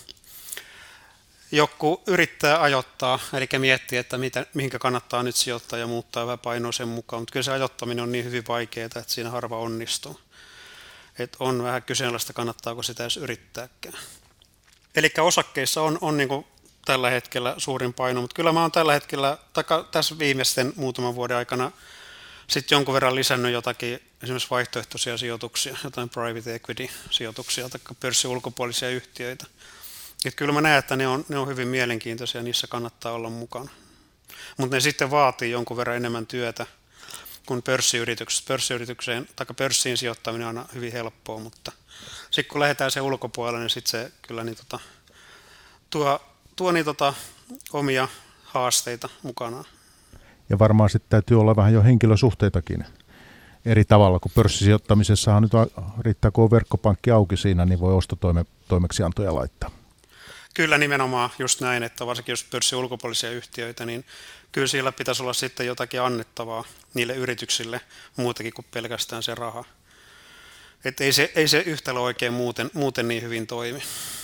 Joku yrittää ajoittaa, eli miettiä, että mitä, mihinkä kannattaa nyt sijoittaa ja muuttaa vähän painoa sen mukaan, mutta kyllä se ajoittaminen on niin hyvin vaikeaa, että siinä harva onnistuu. Et on vähän kyseenalaista, kannattaako sitä edes yrittääkään. Eli osakkeissa on, on niin kuin tällä hetkellä suurin paino, mutta kyllä mä oon tällä hetkellä, taka, tässä viimeisten muutaman vuoden aikana sitten jonkun verran lisännyt jotakin esimerkiksi vaihtoehtoisia sijoituksia, jotain private equity-sijoituksia tai pörssin ulkopuolisia yhtiöitä. Et kyllä mä näen, että ne on, ne on hyvin mielenkiintoisia, niissä kannattaa olla mukana. Mutta ne sitten vaatii jonkun verran enemmän työtä kuin pörssiyrityksessä. Pörssiyritykseen tai pörssiin sijoittaminen on aina hyvin helppoa, mutta sitten kun lähdetään sen ulkopuolelle, niin sitten se kyllä niin tota, tuo, tuo niin tota, omia haasteita mukanaan. Ja varmaan sitten täytyy olla vähän jo henkilösuhteitakin eri tavalla, kun pörssisijoittamisessahan nyt riittää, kun on verkkopankki auki siinä, niin voi ostotoimeksiantoja laittaa. Kyllä nimenomaan just näin, että varsinkin jos pörssin ulkopuolisia yhtiöitä, niin kyllä siellä pitäisi olla sitten jotakin annettavaa niille yrityksille muutakin kuin pelkästään se raha. Että ei se, ei se yhtälö oikein muuten, muuten niin hyvin toimi.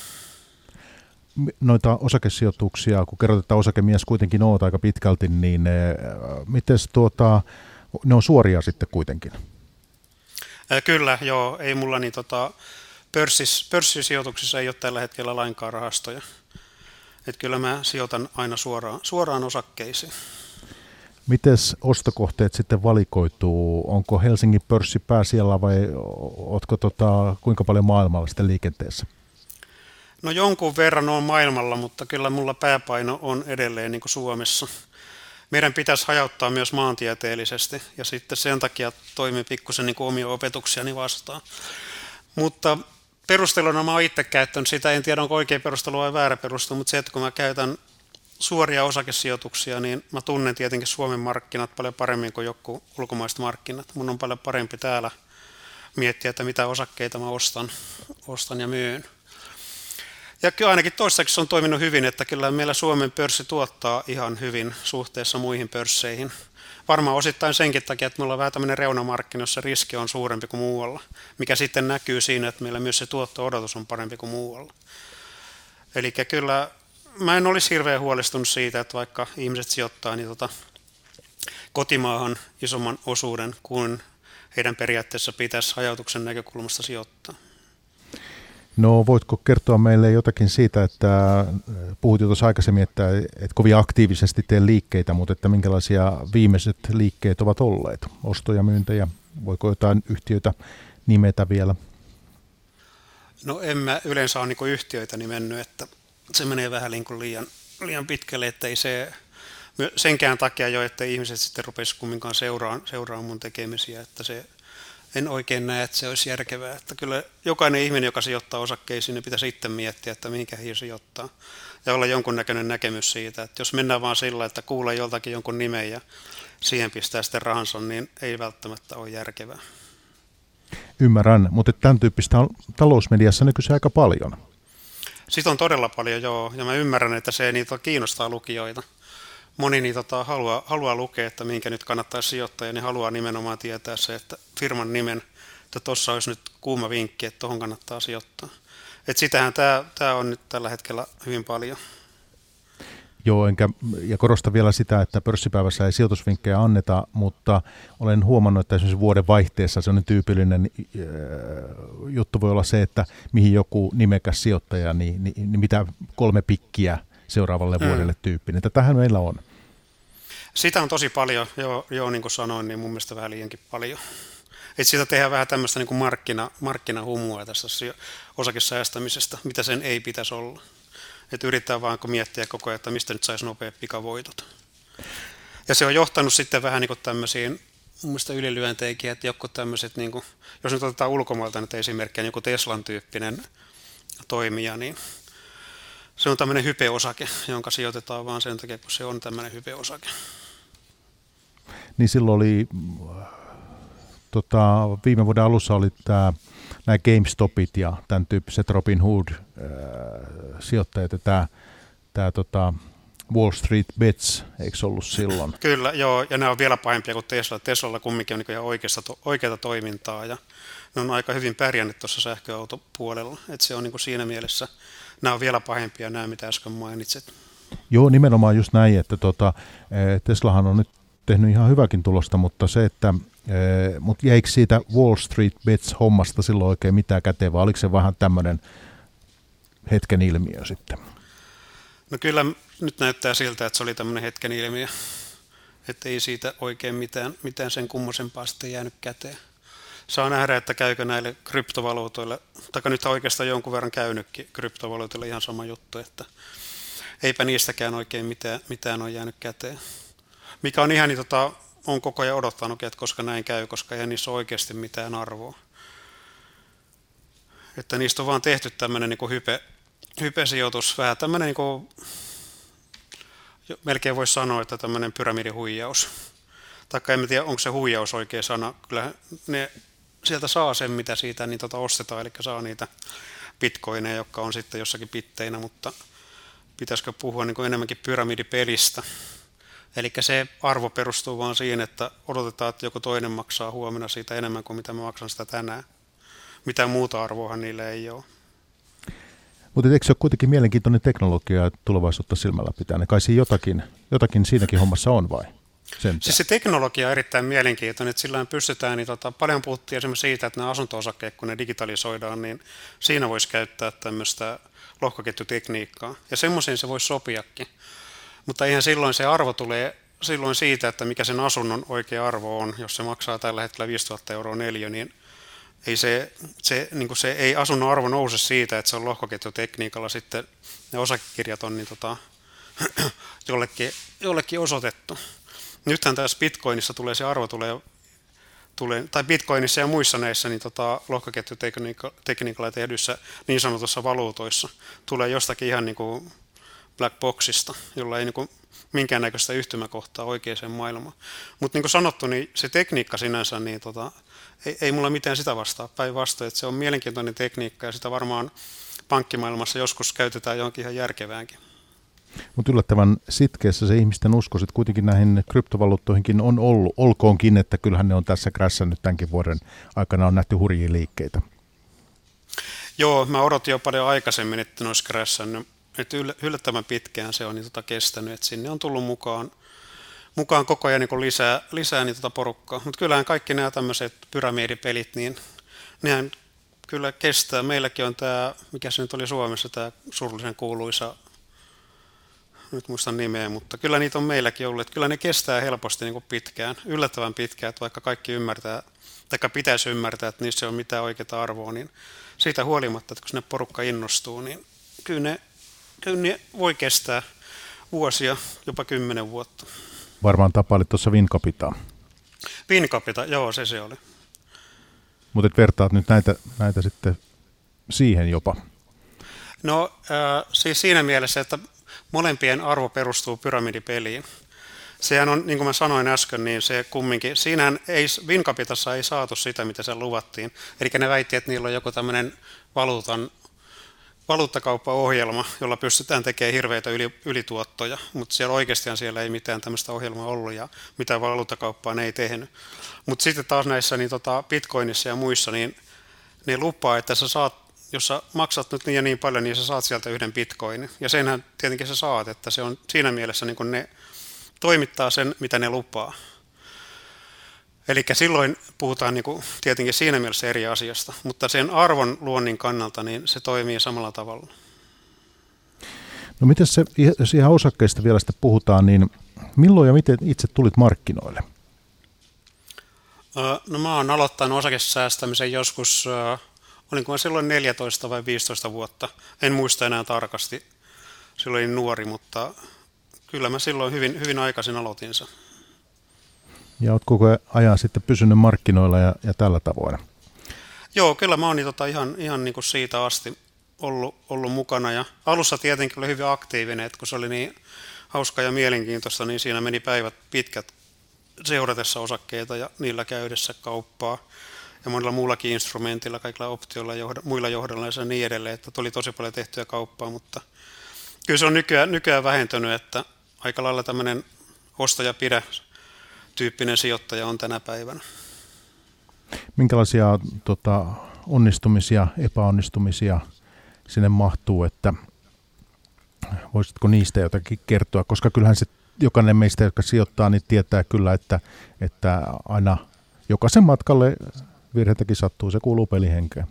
Noita osakesijoituksia, kun kerrot, että osakemies kuitenkin oot aika pitkälti, niin miten tuota, ne on suoria sitten kuitenkin? Ää, kyllä, joo. Ei mulla niin tota, pörssis, pörssisijoituksissa ei ole tällä hetkellä lainkaan rahastoja. Et kyllä mä sijoitan aina suoraan, suoraan osakkeisiin. Mites ostokohteet sitten valikoituu? Onko Helsingin pörssi pääsijalla vai ootko tota, kuinka paljon maailmalla sitten liikenteessä? No jonkun verran on maailmalla, mutta kyllä mulla pääpaino on edelleen niin kuin Suomessa. Meidän pitäisi hajauttaa myös maantieteellisesti ja sitten sen takia toimin pikkusen niin kuin omia opetuksiani vastaan. Mutta perusteluna mä oon itse käyttänyt sitä, en tiedä onko oikea perustelu vai väärä perustelu, mutta se, että kun mä käytän suoria osakesijoituksia, niin mä tunnen tietenkin Suomen markkinat paljon paremmin kuin joku ulkomaiset markkinat. Mun on paljon parempi täällä miettiä, että mitä osakkeita mä ostan, ostan ja myyn. Ja kyllä ainakin toistaiseksi se on toiminut hyvin, että kyllä meillä Suomen pörssi tuottaa ihan hyvin suhteessa muihin pörsseihin. Varmaan osittain senkin takia, että me ollaan vähän tämmöinen reunamarkkina, jossa riski on suurempi kuin muualla, mikä sitten näkyy siinä, että meillä myös se tuotto-odotus on parempi kuin muualla. Eli kyllä mä en olisi hirveän huolestunut siitä, että vaikka ihmiset sijoittaa niin tota, kotimaahan isomman osuuden kuin heidän periaatteessa pitäisi hajautuksen näkökulmasta sijoittaa. No voitko kertoa meille jotakin siitä, että puhut jo tuossa aikaisemmin, että et kovin aktiivisesti tee liikkeitä, mutta että minkälaisia viimeiset liikkeet ovat olleet? Ostoja, myyntejä, voiko jotain yhtiöitä nimetä vielä? No en mä yleensä ole niin yhtiöitä nimennyt, että se menee vähän niin kuin liian, liian pitkälle, että ei se senkään takia jo, että ihmiset sitten rupesi kumminkaan seuraan, seuraan mun tekemisiä, että se en oikein näe, että se olisi järkevää. Että kyllä jokainen ihminen, joka sijoittaa osakkeisiin, niin pitäisi sitten miettiä, että mihinkä he sijoittaa. Ja olla jonkunnäköinen näkemys siitä, että jos mennään vaan sillä, että kuulee joltakin jonkun nimen ja siihen pistää sitten rahansa, niin ei välttämättä ole järkevää. Ymmärrän, mutta tämän tyyppistä on talousmediassa nykyään aika paljon. Sitä on todella paljon, joo. Ja mä ymmärrän, että se niitä kiinnostaa lukijoita. Moni niitä tota, haluaa, haluaa lukea, että minkä nyt kannattaa sijoittaa, ja ne haluaa nimenomaan tietää se, että firman nimen, että tuossa olisi nyt kuuma vinkki, että tuohon kannattaa sijoittaa. Että sitähän tämä, tämä on nyt tällä hetkellä hyvin paljon. Joo, enkä, ja korostan vielä sitä, että pörssipäivässä ei sijoitusvinkkejä anneta, mutta olen huomannut, että esimerkiksi vuoden vaihteessa sellainen tyypillinen äh, juttu voi olla se, että mihin joku nimekäs sijoittaja, niin, niin, niin mitä kolme pikkiä seuraavalle mm. vuodelle tyyppinen. Tätähän meillä on. Sitä on tosi paljon, joo, joo niin kuin sanoin, niin mun mielestä vähän liiankin paljon. Että siitä tehdään vähän tämmöistä niin kuin markkina, markkinahumua tästä osakesäästämisestä, mitä sen ei pitäisi olla. Että yrittää vaan miettiä koko ajan, että mistä nyt saisi nopeat pikavoitot. Ja se on johtanut sitten vähän niin kuin tämmöisiin mun mielestä ylilyönteikin, että joku tämmöiset, niin kuin, jos nyt otetaan ulkomailta nyt esimerkkiä, niin joku Teslan tyyppinen toimija, niin se on tämmöinen hypeosake, jonka sijoitetaan vaan sen takia, kun se on tämmöinen hypeosake. Niin silloin oli tota, viime vuoden alussa oli tämä nämä GameStopit ja tämän tyyppiset Robin Hood-sijoittajat ja tämä, tämä tota, Wall Street Bets, eikö ollut silloin? Kyllä, joo, ja nämä on vielä pahempia kuin Tesla. Teslalla kumminkin on niin ihan oikeasta, oikeata toimintaa, ja ne on aika hyvin pärjännyt tuossa sähköautopuolella, että se on niin kuin siinä mielessä, nämä on vielä pahempia nämä, mitä äsken mainitsit. Joo, nimenomaan just näin, että tota, Teslahan on nyt tehnyt ihan hyväkin tulosta, mutta se, että mutta jäikö siitä Wall Street Bets-hommasta silloin oikein mitään kätevää? Oliko se vähän tämmöinen hetken ilmiö sitten? No kyllä nyt näyttää siltä, että se oli tämmöinen hetken ilmiö, että ei siitä oikein mitään, mitään sen kummosempaa sitten jäänyt käteen. Saa nähdä, että käykö näille kryptovaluutoille, tai nyt on oikeastaan jonkun verran käynytkin kryptovaluutoille ihan sama juttu, että eipä niistäkään oikein mitään, mitään ole jäänyt käteen. Mikä on ihan, niin tota, on koko ajan odottanut, että koska näin käy, koska ei niissä ole oikeasti mitään arvoa. Että niistä on vaan tehty tämmöinen niin kuin hype, hypesijoitus, vähän tämmöinen, niin kuin, melkein voisi sanoa, että tämmöinen pyramidihuijaus. Taikka en tiedä, onko se huijaus oikea sana. Kyllä ne sieltä saa sen, mitä siitä niin tota ostetaan, eli saa niitä bitcoineja, jotka on sitten jossakin bitteinä, mutta pitäisikö puhua niin kuin enemmänkin pyramidipelistä. Eli se arvo perustuu vaan siihen, että odotetaan, että joku toinen maksaa huomenna siitä enemmän kuin mitä mä maksan sitä tänään. Mitään muuta arvoahan niille ei ole. Mutta eikö se ole kuitenkin mielenkiintoinen teknologia ja tulevaisuutta silmällä pitää? Kai siinä jotakin, jotakin siinäkin hommassa on vai? Sentään. Siis se teknologia on erittäin mielenkiintoinen, että sillä pystytään, niin tota, paljon puhuttiin esimerkiksi siitä, että nämä asunto-osakkeet, kun ne digitalisoidaan, niin siinä voisi käyttää tämmöistä lohkoketjutekniikkaa. Ja semmoiseen se voisi sopiakin. Mutta eihän silloin se arvo tulee silloin siitä, että mikä sen asunnon oikea arvo on. Jos se maksaa tällä hetkellä viisituhatta euroa neliö, niin ei, se, se, niin kuin se, ei asunnon arvo nouse siitä, että se on lohkoketjutekniikalla sitten ne osakekirjat on niin tota, jollekin, jollekin osoitettu. Nythän tässä Bitcoinissa tulee se arvo, tulee, tulee, tai Bitcoinissa ja muissa näissä niin tota, lohkoketjutekniikalla tehdyissä niin sanotussa valuutoissa tulee jostakin ihan niin kuin black boxista, jolla ei niin kuin minkäännäköistä yhtymäkohtaa oikeaan maailmaan. Mutta niin kuin sanottu, niin se tekniikka sinänsä, niin tota, ei, ei mulla mitään sitä vastaa. Päinvastoin, että se on mielenkiintoinen tekniikka ja sitä varmaan pankkimaailmassa joskus käytetään johonkin ihan järkeväänkin. Mutta yllättävän sitkeässä se ihmisten usko sitten kuitenkin näihin kryptovaluuttoihinkin on ollut. Olkoonkin, että kyllähän ne on tässä krässännyt tämänkin vuoden aikana on nähty hurjia liikkeitä. Joo, mä odotin jo paljon aikaisemmin, että ne olisi krässännyt. Että yllättävän pitkään se on niin tota kestänyt, että sinne on tullut mukaan, mukaan koko ajan niin lisää, lisää niin tota porukkaa. Mutta kyllähän kaikki nämä tämmöiset pyramidipelit, niin nehän kyllä kestää. Meilläkin on tämä, mikä se nyt oli Suomessa, tämä surullisen kuuluisa, nyt muistan nimeä, mutta kyllä niitä on meilläkin ollut, että kyllä ne kestää helposti niin kuin pitkään, yllättävän pitkään, että vaikka kaikki ymmärtää, tai pitäisi ymmärtää, että niissä ei ole mitään oikeaa arvoa, niin siitä huolimatta, että kun sinne porukka innostuu, niin kyllä ne, kyllä ne voi kestää vuosia, jopa kymmenen vuotta. Varmaan tapailit tuossa Wincapitaa. Wincapita, joo, se se oli. Mutta et vertaat nyt näitä, näitä sitten siihen jopa. No äh, siis siinä mielessä, että molempien arvo perustuu pyramidipeliin. Sehän on, niin kuin mä sanoin äsken, niin se kumminkin, siinähän ei, Wincapitassa ei saatu sitä, mitä sen luvattiin. Eli ne väitti, että niillä on joku tämmöinen valuutan, valuuttakauppaohjelma, jolla pystytään tekemään hirveitä yli, ylituottoja, mutta siellä oikeastihan siellä ei mitään tämmöistä ohjelmaa ollut ja mitään valuuttakauppaa ne ei tehnyt. Mutta sitten taas näissä niin tota Bitcoinissa ja muissa, niin ne lupaa, että sä saat, jos sä maksat nyt niin ja niin paljon, niin sä saat sieltä yhden bitcoinin. Ja senhän tietenkin sä saat, että se on siinä mielessä niin kun ne toimittaa sen, mitä ne lupaa. Eli silloin puhutaan niin kuin tietenkin siinä mielessä eri asiasta, mutta sen arvon luonnin kannalta niin se toimii samalla tavalla. No miten se, jos ihan osakkeista vielä sitten puhutaan, niin milloin ja miten itse tulit markkinoille? No mä oon aloittanut osakesäästämisen joskus, olinko mä silloin neljätoista vai viisitoista vuotta, en muista enää tarkasti, silloin olin nuori, mutta kyllä mä silloin hyvin, hyvin aikaisin aloitin sen. Ja olet koko ajan sitten pysynyt markkinoilla ja, ja tällä tavoin. Joo, kyllä mä oon niin tota ihan, ihan niin kuin siitä asti ollut, ollut mukana. Ja alussa tietenkin oli hyvin aktiivinen, että kun se oli niin hauska ja mielenkiintoista, niin siinä meni päivät pitkät seuratessa osakkeita ja niillä käydessä kauppaa ja monilla muullakin instrumentilla, kaikilla optioilla, johda, muilla johdolla ja niin edelleen, että tuli tosi paljon tehtyä kauppaa, mutta kyllä se on nykyään, nykyään vähentynyt, että aika lailla tämmöinen osta ja pidä tyyppinen sijoittaja on tänä päivänä. Minkälaisia tota, onnistumisia, epäonnistumisia sinne mahtuu, että voisitko niistä jotakin kertoa, koska kyllähän se jokainen meistä, jotka sijoittaa, niin tietää kyllä, että, että aina jokaisen matkalle virheitäkin sattuu, se kuuluu pelihenkeen.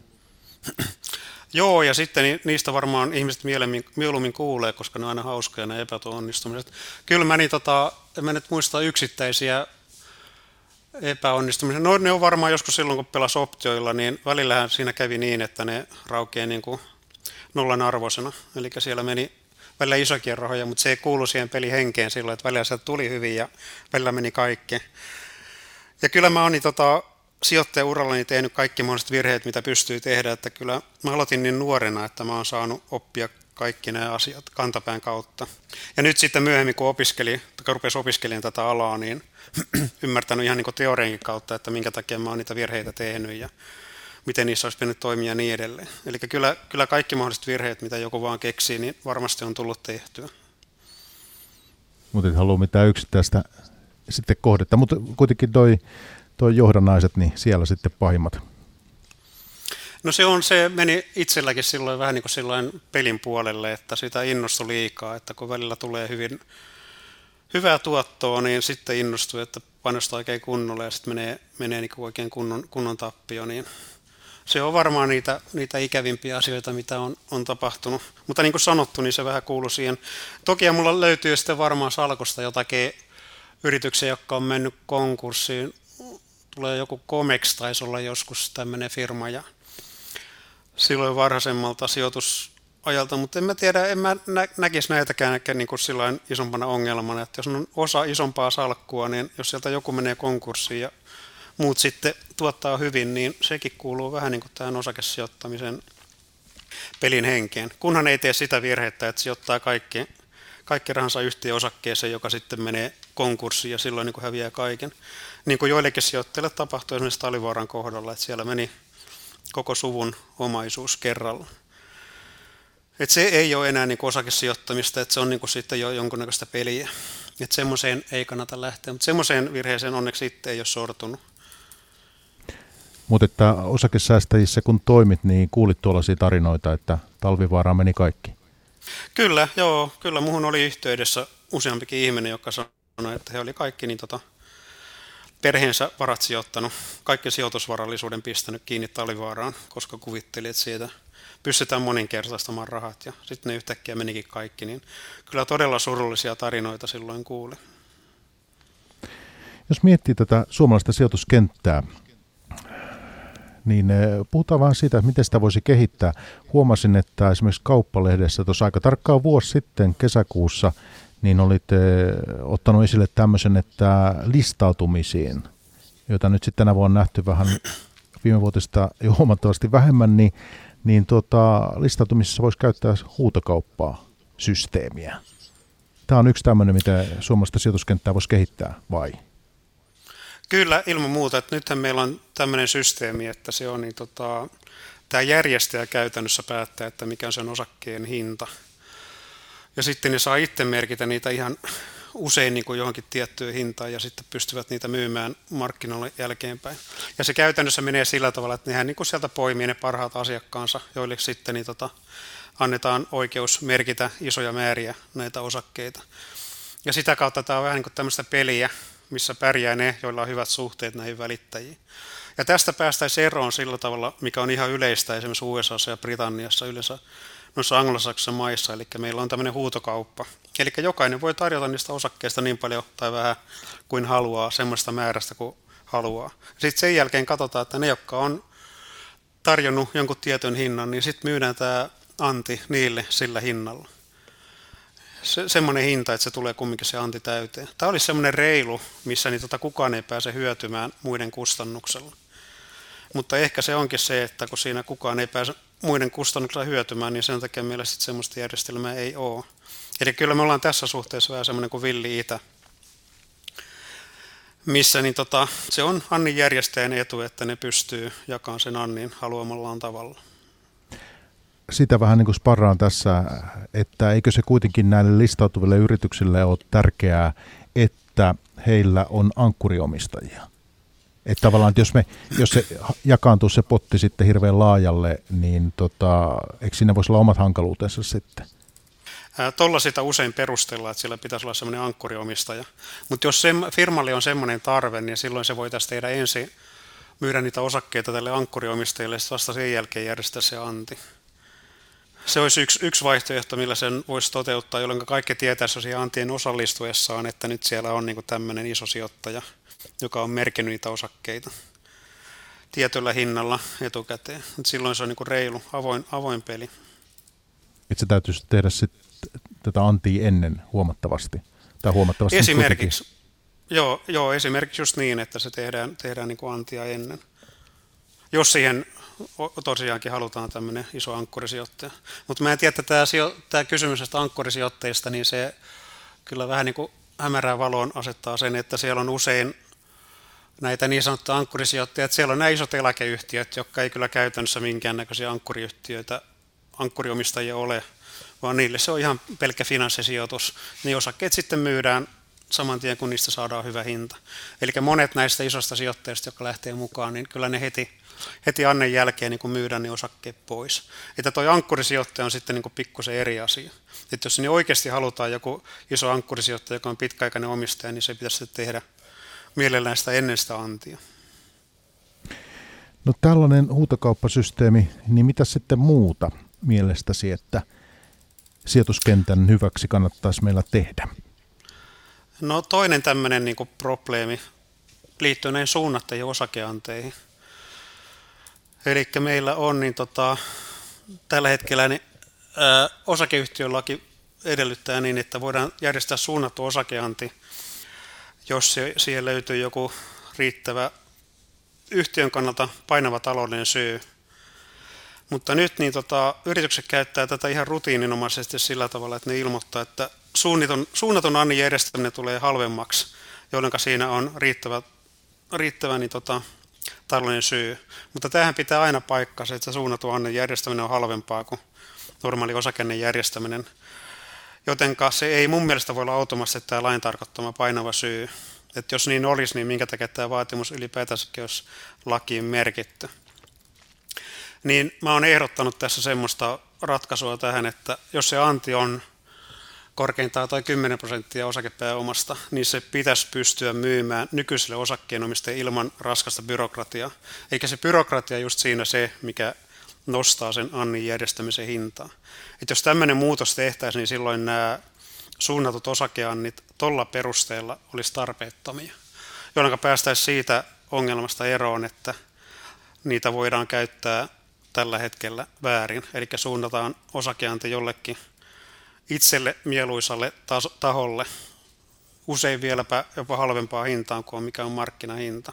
Joo, ja sitten niistä varmaan ihmiset mieluummin, mieluummin kuulee, koska ne on aina hauskoja ne epäonnistumiset. Kyllä mä, niin, tota, en mä nyt muista yksittäisiä epäonnistumisia. No ne on varmaan joskus silloin, kun pelasi optioilla, niin välillähän siinä kävi niin, että ne raukeaa niin kuin nollan arvoisena. Eli siellä meni välillä isokin rahoja, mutta se ei kuulu siihen pelihenkeen silloin, että välillä sieltä tuli hyvin ja välillä meni kaikki. Ja kyllä mä oon niin, tota, sijoittajaurallani tehnyt kaikki mahdolliset virheet, mitä pystyy tehdä, että kyllä mä aloitin niin nuorena, että mä oon saanut oppia kaikki nämä asiat kantapään kautta. Ja nyt sitten myöhemmin, kun opiskeli, tai rupesi opiskelemaan tätä alaa, niin ymmärtänyt ihan niin kuin teoriankin kautta, että minkä takia mä oon niitä virheitä tehnyt ja miten niissä olisi pitänyt toimia ja niin edelleen. Eli kyllä, kyllä kaikki mahdolliset virheet, mitä joku vaan keksii, niin varmasti on tullut tehtyä. Mutta et halua mitään yksittäistä sitten kohdetta, mutta kuitenkin toi, toi johdannaiset, niin siellä sitten pahimmat. No se on, se meni itselläkin silloin vähän niin kuin silloin pelin puolelle, että sitä innostui liikaa, että kun välillä tulee hyvin hyvää tuottoa, niin sitten innostuu, että panostaa oikein kunnolla ja sitten menee, menee niin kuin oikein kunnon, kunnon tappio, niin se on varmaan niitä, niitä ikävimpiä asioita, mitä on, on tapahtunut. Mutta niin kuin sanottu, niin se vähän kuuluu siihen. Toki mulla löytyy sitten varmaan salkusta jotakin yrityksiä, jotka on mennyt konkurssiin. Tulee joku Comex, taisi olla joskus tämmöinen firma, ja silloin varhaisemmalta sijoitusajalta, mutta en mä tiedä, en mä nä- näkisi näitäkään niin kuin sillain isompana ongelmana, että jos on osa isompaa salkkua, niin jos sieltä joku menee konkurssiin ja muut sitten tuottaa hyvin, niin sekin kuuluu vähän niin kuin tähän osakesijoittamisen pelin henkeen. Kunhan ei tee sitä virhettä, että sijoittaa kaikki, kaikki rahansa yhteen osakkeeseen, joka sitten menee konkurssiin ja silloin niin kuin häviää kaiken. Niin kuin joillekin sijoittajille tapahtui esimerkiksi Talvivaaran kohdalla, että siellä meni koko suvun omaisuus kerralla. Et se ei ole enää niin kuin osakesijoittamista, että se on niin kuin sitten jo jonkunnäköistä peliä. Että semmoiseen ei kannata lähteä, mutta semmoiseen virheeseen onneksi itse ei ole sortunut. Mutta että osakesäästäjissä kun toimit, niin kuulit tuollaisia tarinoita, että Talvivaaraan meni kaikki? Kyllä, joo. Kyllä muhun oli yhteydessä useampikin ihminen, joka sanoi, että he oli kaikki niin tota, perheensä varat sijoittanut, kaikki sijoitusvarallisuuden pistänyt kiinni Talvivaaraan, koska kuvitteli, että siitä pystytään moninkertaistamaan rahat ja sitten ne yhtäkkiä menikin kaikki, niin kyllä todella surullisia tarinoita silloin kuuli. Jos miettii tätä suomalaista sijoituskenttää, niin puhutaan vähän siitä, että miten sitä voisi kehittää. Huomasin, että esimerkiksi Kauppalehdessä tuossa aika tarkkaan vuosi sitten kesäkuussa, niin olit ottanut esille tämmöisen, että listautumisiin, joita nyt sitten tänä vuonna nähty vähän viime vuotista jo huomattavasti vähemmän, niin, niin tuota, listautumisessa voisi käyttää huutokauppaa systeemiä. Tämä on yksi tämmöinen, mitä suomalaista sijoituskenttää voisi kehittää, vai? Kyllä, ilman muuta. Että nythän meillä on tämmöinen systeemi, että se on niin, tota, tämä järjestäjä käytännössä päättää, että mikä on sen osakkeen hinta. Ja sitten ne saa itse merkitä niitä ihan usein niin kuin johonkin tiettyyn hintaan ja sitten pystyvät niitä myymään markkinoille jälkeenpäin. Ja se käytännössä menee sillä tavalla, että nehän niin kuin sieltä poimii ne parhaat asiakkaansa, joille sitten niin, tota, annetaan oikeus merkitä isoja määriä näitä osakkeita. Ja sitä kautta tämä on vähän niin kuin tämmöistä peliä, missä pärjää ne, joilla on hyvät suhteet näihin välittäjiin. Ja tästä päästäisiin eroon sillä tavalla, mikä on ihan yleistä esimerkiksi U S A:ssa ja Britanniassa yleensä noissa anglosaksisissa maissa, eli meillä on tämmöinen huutokauppa. Eli jokainen voi tarjota niistä osakkeista niin paljon tai vähän kuin haluaa, semmoista määrästä kuin haluaa. Sitten sen jälkeen katsotaan, että ne, jotka on tarjonnut jonkun tietyn hinnan, niin sitten myydään tämä anti niille sillä hinnalla. Se, semmoinen hinta, että se tulee kumminkin se anti täyteen. Tämä olisi semmoinen reilu, missä niin tota kukaan ei pääse hyötymään muiden kustannuksella. Mutta ehkä se onkin se, että kun siinä kukaan ei pääse muiden kustannuksella hyötymään, niin sen takia meillä sitten semmoista järjestelmää ei ole. Eli kyllä me ollaan tässä suhteessa vähän semmoinen kuin villi itä. missä niin tota, se on Annin järjestäjän etu, että ne pystyy jakamaan sen Annin haluamallaan tavalla. Sitä vähän niin kuin sparraan tässä, että eikö se kuitenkin näille listautuville yrityksille ole tärkeää, että heillä on ankkuriomistajia. Että tavallaan, että jos, me, jos se jakaantuu se potti sitten hirveän laajalle, niin tota, eikö siinä voisi olla omat hankaluutensa sitten? Tuolla sitä usein perustellaan, että sillä pitäisi olla semmoinen ankkuriomistaja. Mutta jos se, firmalle on semmoinen tarve, niin silloin se voitaisiin tehdä ensin, myydä niitä osakkeita tälle ankkuriomistajalle, ja vasta sen jälkeen järjestää se anti. Se olisi yksi, yksi vaihtoehto, millä sen voisi toteuttaa, jolloin kaikki tietäisi siihen antien osallistuessaan, että nyt siellä on niin kuin tämmöinen iso sijoittaja, joka on merkinnyt niitä osakkeita tietyllä hinnalla etukäteen. Et silloin se on niin kuin reilu, avoin, avoin peli. Että se täytyisi tehdä sit tätä antia ennen huomattavasti. Tai huomattavasti esimerkiksi, joo, joo, esimerkiksi just niin, että se tehdään, tehdään niin kuin antia ennen. Jos siihen tosiaankin halutaan tämmöinen iso ankkurisijoittaja. Mutta mä en tiedä, että tämä, sijo- tämä kysymys näistä ankkurisijoittajista, niin se kyllä vähän niin kuin hämärää valoon asettaa sen, että siellä on usein näitä niin sanottuja ankkurisijoittajia, että siellä on nämä isot eläkeyhtiöt, jotka ei kyllä käytännössä minkäännäköisiä ankkuriyhtiöitä, ankkuriomistajia ole, vaan niille se on ihan pelkkä finanssisijoitus. Niin osakkeet sitten myydään saman tien, kun niistä saadaan hyvä hinta. Eli monet näistä isoista sijoittajista, jotka lähtee mukaan, niin kyllä ne heti, heti annen jälkeen niin kun myydään ne osakkeet pois. Että tuo ankkurisijoittaja on sitten niin kuin pikkusen eri asia. Että jos niin oikeasti halutaan joku iso ankkurisijoittaja, joka on pitkäaikainen omistaja, niin se pitäisi tehdä mielellään sitä ennen sitä antia. No tällainen huutokauppasysteemi, niin mitä sitten muuta mielestäsi, että sijoituskentän hyväksi kannattaisi meillä tehdä? No toinen tämmöinen niin kuin probleemi liittyy näihin suunnattajien osakeanteihin. Eli meillä on niin tota, tällä hetkellä niin, ää, osakeyhtiölaki edellyttää niin, että voidaan järjestää suunnattu osakeanti, jos se, siihen löytyy joku riittävä yhtiön kannalta painava taloudellinen syy. Mutta nyt niin tota, yritykset käyttää tätä ihan rutiininomaisesti sillä tavalla, että ne ilmoittaa, että suunnitun, suunnatun annin järjestäminen tulee halvemmaksi, jolloin siinä on riittävä, riittävä niin tota, taloudellinen syy. Mutta tämähän pitää aina paikkansa, että se suunnatun annin järjestäminen on halvempaa kuin normaali osakeannin järjestäminen. Jotenka se ei mun mielestä voi olla automaattisesti tämä lain tarkoittama painava syy. Että jos niin olisi, niin minkä takia tämä vaatimus ylipäätänsäkin olisi lakiin merkitty. Niin mä oon ehdottanut tässä semmoista ratkaisua tähän, että jos se anti on korkeintaan tai kymmenen prosenttia osakepääomasta, niin se pitäisi pystyä myymään nykyiselle osakkeenomistajille ilman raskasta byrokratiaa. Eikä se byrokratia just siinä se, mikä nostaa sen annin järjestämisen hintaa. Et jos tämmöinen muutos tehtäisiin, niin silloin nämä suunnatut osakeannit tuolla perusteella olisi tarpeettomia, jolloin päästäisiin siitä ongelmasta eroon, että niitä voidaan käyttää tällä hetkellä väärin. Eli suunnataan osakeanti jollekin itselle mieluisalle taholle, usein vieläpä jopa halvempaa hintaan kuin mikä on markkinahinta.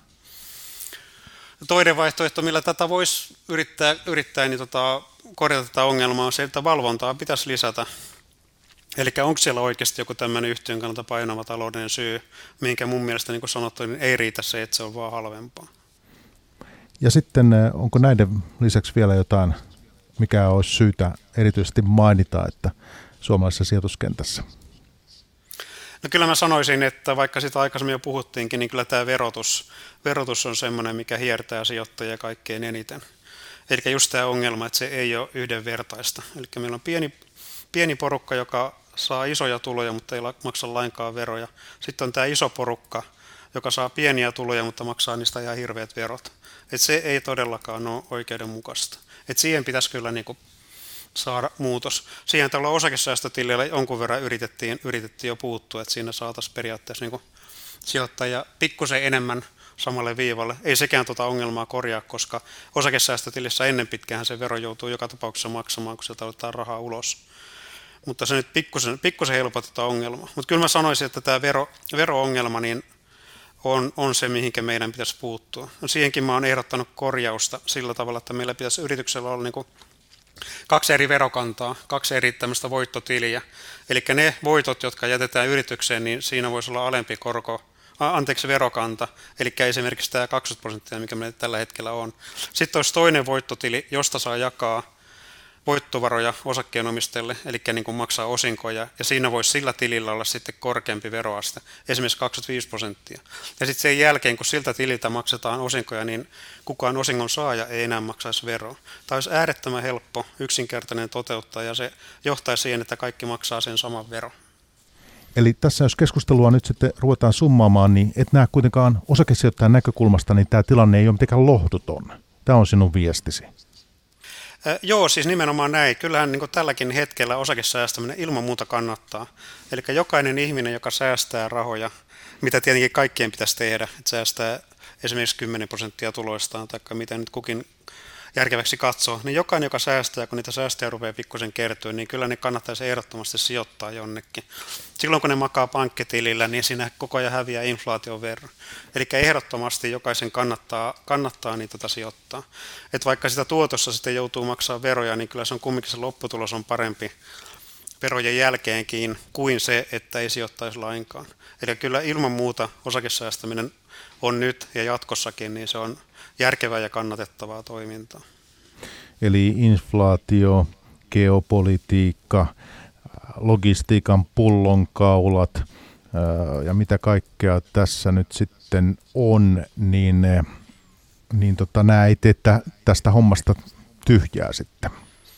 Toinen vaihtoehto, millä tätä voisi yrittää, yrittää niin tota, korjata tätä ongelmaa, on se, että valvontaa pitäisi lisätä. Eli onko siellä oikeasti joku tämmöinen yhtiön kannalta painava taloudellinen syy, minkä mun mielestä, niin kuin sanottu, niin ei riitä se, että se on vaan halvempaa. Ja sitten onko näiden lisäksi vielä jotain, mikä olisi syytä erityisesti mainita, että suomalaisessa sijoituskentässä? No kyllä mä sanoisin, että vaikka sitä aikaisemmin jo puhuttiinkin, niin kyllä tämä verotus, verotus on semmoinen, mikä hiertää sijoittajia kaikkein eniten. Eli just tämä ongelma, että se ei ole yhdenvertaista. Eli meillä on pieni, pieni porukka, joka saa isoja tuloja, mutta ei maksa lainkaan veroja. Sitten on tämä iso porukka, joka saa pieniä tuloja, mutta maksaa niistä ihan hirveät verot. Et se ei todellakaan ole oikeudenmukaista. Et siihen pitäisi kyllä niinku saada muutos. Siihen tällä osakesäästötilillä jonkun verran yritettiin, yritettiin jo puuttua, että siinä saataisiin periaatteessa niinku sijoittajia pikkusen enemmän samalle viivalle. Ei sekään tuota ongelmaa korjaa, koska osakesäästötilissä ennen pitkään se vero joutuu joka tapauksessa maksamaan, kun sieltä otetaan rahaa ulos. Mutta se nyt pikkusen, pikkusen helpotetaan ongelmaa. Mutta kyllä mä sanoisin, että tämä vero, vero-ongelma niin on, on se, mihinkä meidän pitäisi puuttua. No siihenkin mä oon ehdottanut korjausta sillä tavalla, että meillä pitäisi yrityksellä olla niin kuin kaksi eri verokantaa, kaksi eri tämmöistä voittotiliä. Eli ne voitot, jotka jätetään yritykseen, niin siinä voisi olla alempi korko anteeksi verokanta, eli esimerkiksi tämä kaksikymmentä prosenttia, mikä meillä tällä hetkellä on. Sitten olisi toinen voittotili, josta saa jakaa voittovaroja osakkeenomistajille, eli niin kuin maksaa osinkoja, ja siinä voisi sillä tilillä olla sitten korkeampi veroaste, esimerkiksi kaksikymmentäviisi prosenttia. Ja sitten sen jälkeen, kun siltä tililtä maksetaan osinkoja, niin kukaan osingon saaja ei enää maksaisi veroa. Tämä olisi äärettömän helppo, yksinkertainen toteuttaa, ja se johtaisi siihen, että kaikki maksaa sen saman veron. Eli tässä jos keskustelua nyt sitten ruvetaan summaamaan, niin et näe kuitenkaan osakesijoittajan näkökulmasta, niin tämä tilanne ei ole mitenkään lohduton. Tämä on sinun viestisi. Äh, joo, siis nimenomaan näin. Kyllähän niin kuin tälläkin hetkellä osakesäästäminen ilman muuta kannattaa. Eli jokainen ihminen, joka säästää rahoja, mitä tietenkin kaikkien pitäisi tehdä, että säästää esimerkiksi kymmenen prosenttia tuloistaan, tai mitä nyt kukin järkeväksi katsoo, niin jokainen, joka säästää, kun niitä säästöjä rupeaa pikkusen kertyä, niin kyllä ne kannattaisi ehdottomasti sijoittaa jonnekin. Silloin kun ne makaa pankkitilillä, niin siinä koko ajan häviää inflaation verran. Eli ehdottomasti jokaisen kannattaa, kannattaa niitä tota sijoittaa. Et vaikka sitä tuotossa sitten joutuu maksaa veroja, niin kyllä se on kumminkin se lopputulos on parempi verojen jälkeenkin kuin se, että ei sijoittaisi lainkaan. Eli kyllä ilman muuta osakesäästäminen on nyt ja jatkossakin, niin se on järkevää ja kannatettavaa toimintaa. Eli inflaatio, geopolitiikka, logistiikan pullonkaulat ja mitä kaikkea tässä nyt sitten on, niin, niin tota, nämä ei tee tästä hommasta tyhjää sitten.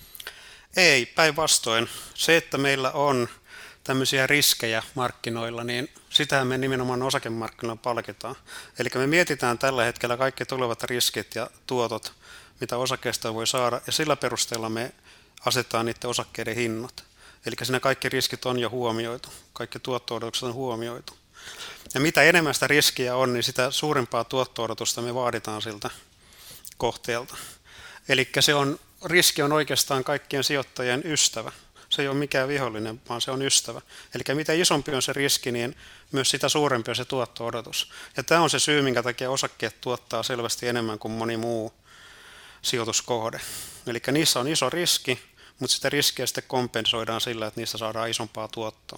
Ei, päinvastoin. Se, että meillä on tämmöisiä riskejä markkinoilla, niin sitähän me nimenomaan osakemarkkinoilla palkitaan. Eli me mietitään tällä hetkellä kaikki tulevat riskit ja tuotot, mitä osakkeesta voi saada, ja sillä perusteella me asetetaan niiden osakkeiden hinnat. Eli siinä kaikki riskit on jo huomioitu, kaikki tuotto-odotukset on huomioitu. Ja mitä enemmän sitä riskiä on, niin sitä suurempaa tuotto-odotusta me vaaditaan siltä kohteelta. Eli se on, riski on oikeastaan kaikkien sijoittajien ystävä. Se ei ole mikään vihollinen, vaan se on ystävä. Eli mitä isompi on se riski, niin myös sitä suurempi on se tuotto-odotus. Ja tämä on se syy, minkä takia osakkeet tuottaa selvästi enemmän kuin moni muu sijoituskohde. Eli niissä on iso riski, mutta sitä riskiä sitten kompensoidaan sillä, että niistä saadaan isompaa tuottoa.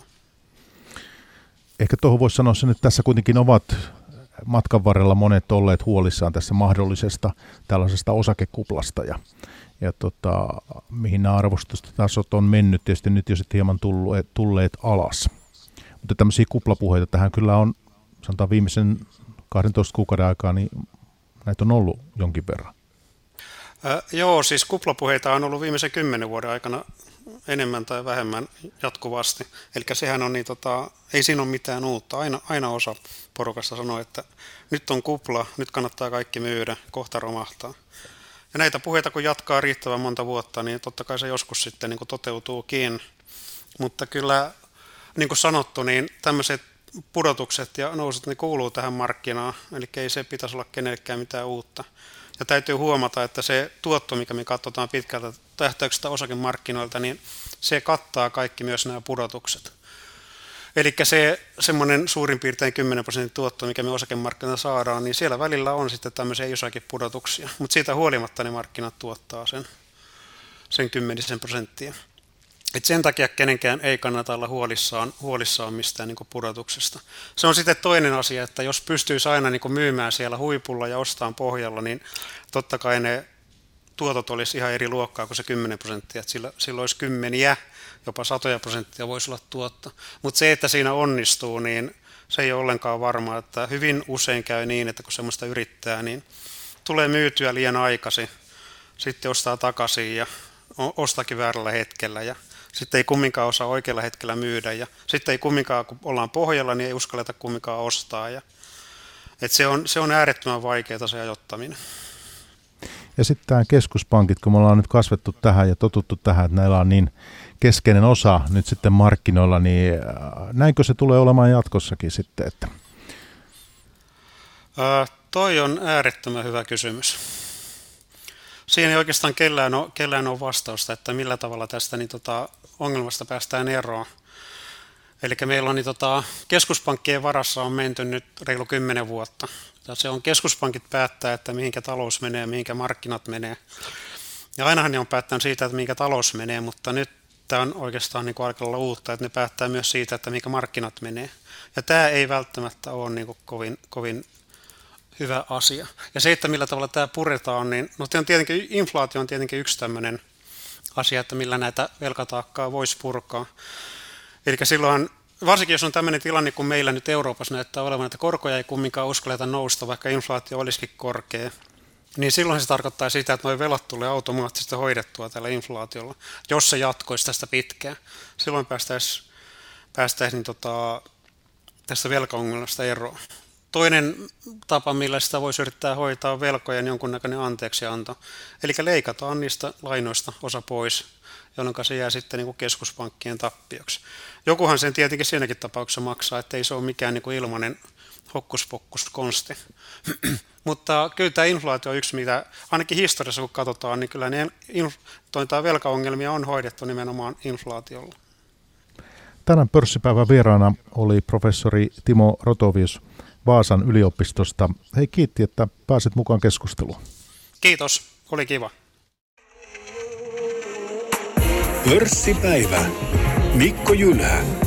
Ehkä tuohon voisi sanoa sen, että tässä kuitenkin ovat matkan varrella monet olleet huolissaan tässä mahdollisesta tällaisesta osakekuplasta ja ja tota, mihin nämä arvostustasot on mennyt, tietysti nyt jo sitten hieman tulleet, tulleet alas. Mutta tämmöisiä kuplapuheita tähän kyllä on, sanotaan viimeisen kahdentoista kuukauden aikaa, niin näitä on ollut jonkin verran. Äh, joo, siis kuplapuheita on ollut viimeisen kymmenen vuoden aikana enemmän tai vähemmän jatkuvasti. Eli sehän on niin, tota, ei siinä ole mitään uutta. Aina, aina osa porukasta sanoo, että nyt on kupla, nyt kannattaa kaikki myydä, kohta romahtaa. Ja näitä puheita kun jatkaa riittävän monta vuotta, niin totta kai se joskus sitten niin kuin toteutuukin. Mutta kyllä, niin kuin sanottu, niin tämmöiset pudotukset ja nousut, ne kuuluu tähän markkinaan. Eli ei se pitäisi olla kenellekään mitään uutta. Ja täytyy huomata, että se tuotto, mikä me katsotaan pitkältä tähtäyksestä osakemarkkinoilta, niin se kattaa kaikki myös nämä pudotukset. Eli se semmoinen suurin piirtein kymmenen prosentin tuotto, mikä me osakemarkkinoilta saadaan, niin siellä välillä on sitten tämmöisiä isoakin pudotuksia. Mutta siitä huolimatta ne markkinat tuottaa sen, sen kymmenisen prosenttia. Et sen takia kenenkään ei kannata olla huolissaan, huolissaan mistään niin kuin pudotuksesta. Se on sitten toinen asia, että jos pystyisi aina niin kuin myymään siellä huipulla ja ostamaan pohjalla, niin totta kai ne tuotot olisi ihan eri luokkaa kuin se kymmenen prosenttia. Että sillä, sillä olisi kymmeniä, jopa satoja prosenttia voisi olla tuotto. Mutta se, että siinä onnistuu, niin se ei ole ollenkaan varmaa. Että hyvin usein käy niin, että kun semmoista yrittää, niin tulee myytyä liian aikaisin, sitten ostaa takaisin ja ostakin väärällä hetkellä ja sitten ei kumminkaan osaa oikealla hetkellä myydä ja sitten ei kumminkaan, kun ollaan pohjalla, niin ei uskalleta kumminkaan ostaa. Ja, et se, on, se on äärettömän vaikeaa se ajoittaminen. Ja sitten tämä keskuspankit, kun me ollaan nyt kasvettu tähän ja totuttu tähän, että näillä on niin keskeinen osa nyt sitten markkinoilla, niin näinkö se tulee olemaan jatkossakin sitten? Että? Ää, toi on äärettömän hyvä kysymys. Siinä ei oikeastaan kellään ole, kellään ole vastausta, että millä tavalla tästä niin tota, ongelmasta päästään eroon. Eli meillä on niin tota, keskuspankkien varassa on menty nyt reilu kymmenen vuotta. Ja se on keskuspankit päättää, että mihinkä talous menee ja mihinkä markkinat menee. Ja ainahan ne on päättänyt siitä, että mihinkä talous menee, mutta nyt tämä on oikeastaan niin kuin aika lailla uutta, että ne päättää myös siitä, että mikä markkinat menee. Ja tämä ei välttämättä ole niin kuin kovin, kovin hyvä asia. Ja se, että millä tavalla tämä puretaan, niin no on tietenkin, inflaatio on tietenkin yksi tämmöinen asia, että millä näitä velkataakkaa voisi purkaa. Eli silloin, varsinkin jos on tämmöinen tilanne, kun meillä nyt Euroopassa näyttää olevan, että korkoja ei kumminkaan uskalleta nousta, vaikka inflaatio olisikin korkea, niin silloin se tarkoittaa sitä, että nuo velat tulee automaattisesti hoidettua tällä inflaatiolla, jos se jatkoisi tästä pitkään. Silloin päästäisiin päästäisi, niin tota, tästä velkaongelmasta eroon. Toinen tapa, millä sitä voisi yrittää hoitaa, on velkojen jonkunnäköinen anteeksianto. Eli leikataan niistä lainoista osa pois, jolloin se jää sitten niin kuin keskuspankkien tappioksi. Jokuhan sen tietenkin siinäkin tapauksessa maksaa, ettei se ole mikään niin kuin ilmainen hokkuspokkuskonsti. Mutta kyllä tämä inflaatio on yksi, mitä ainakin historiassa kun katsotaan, niin kyllä ne inf- velkaongelmia on hoidettu nimenomaan inflaatiolla. Tänään pörssipäivän vieraana oli professori Timo Rotovius Vaasan yliopistosta. Hei, kiitti, että pääsit mukaan keskusteluun. Kiitos, oli kiva. Pörssipäivä. Mikko Jylhä.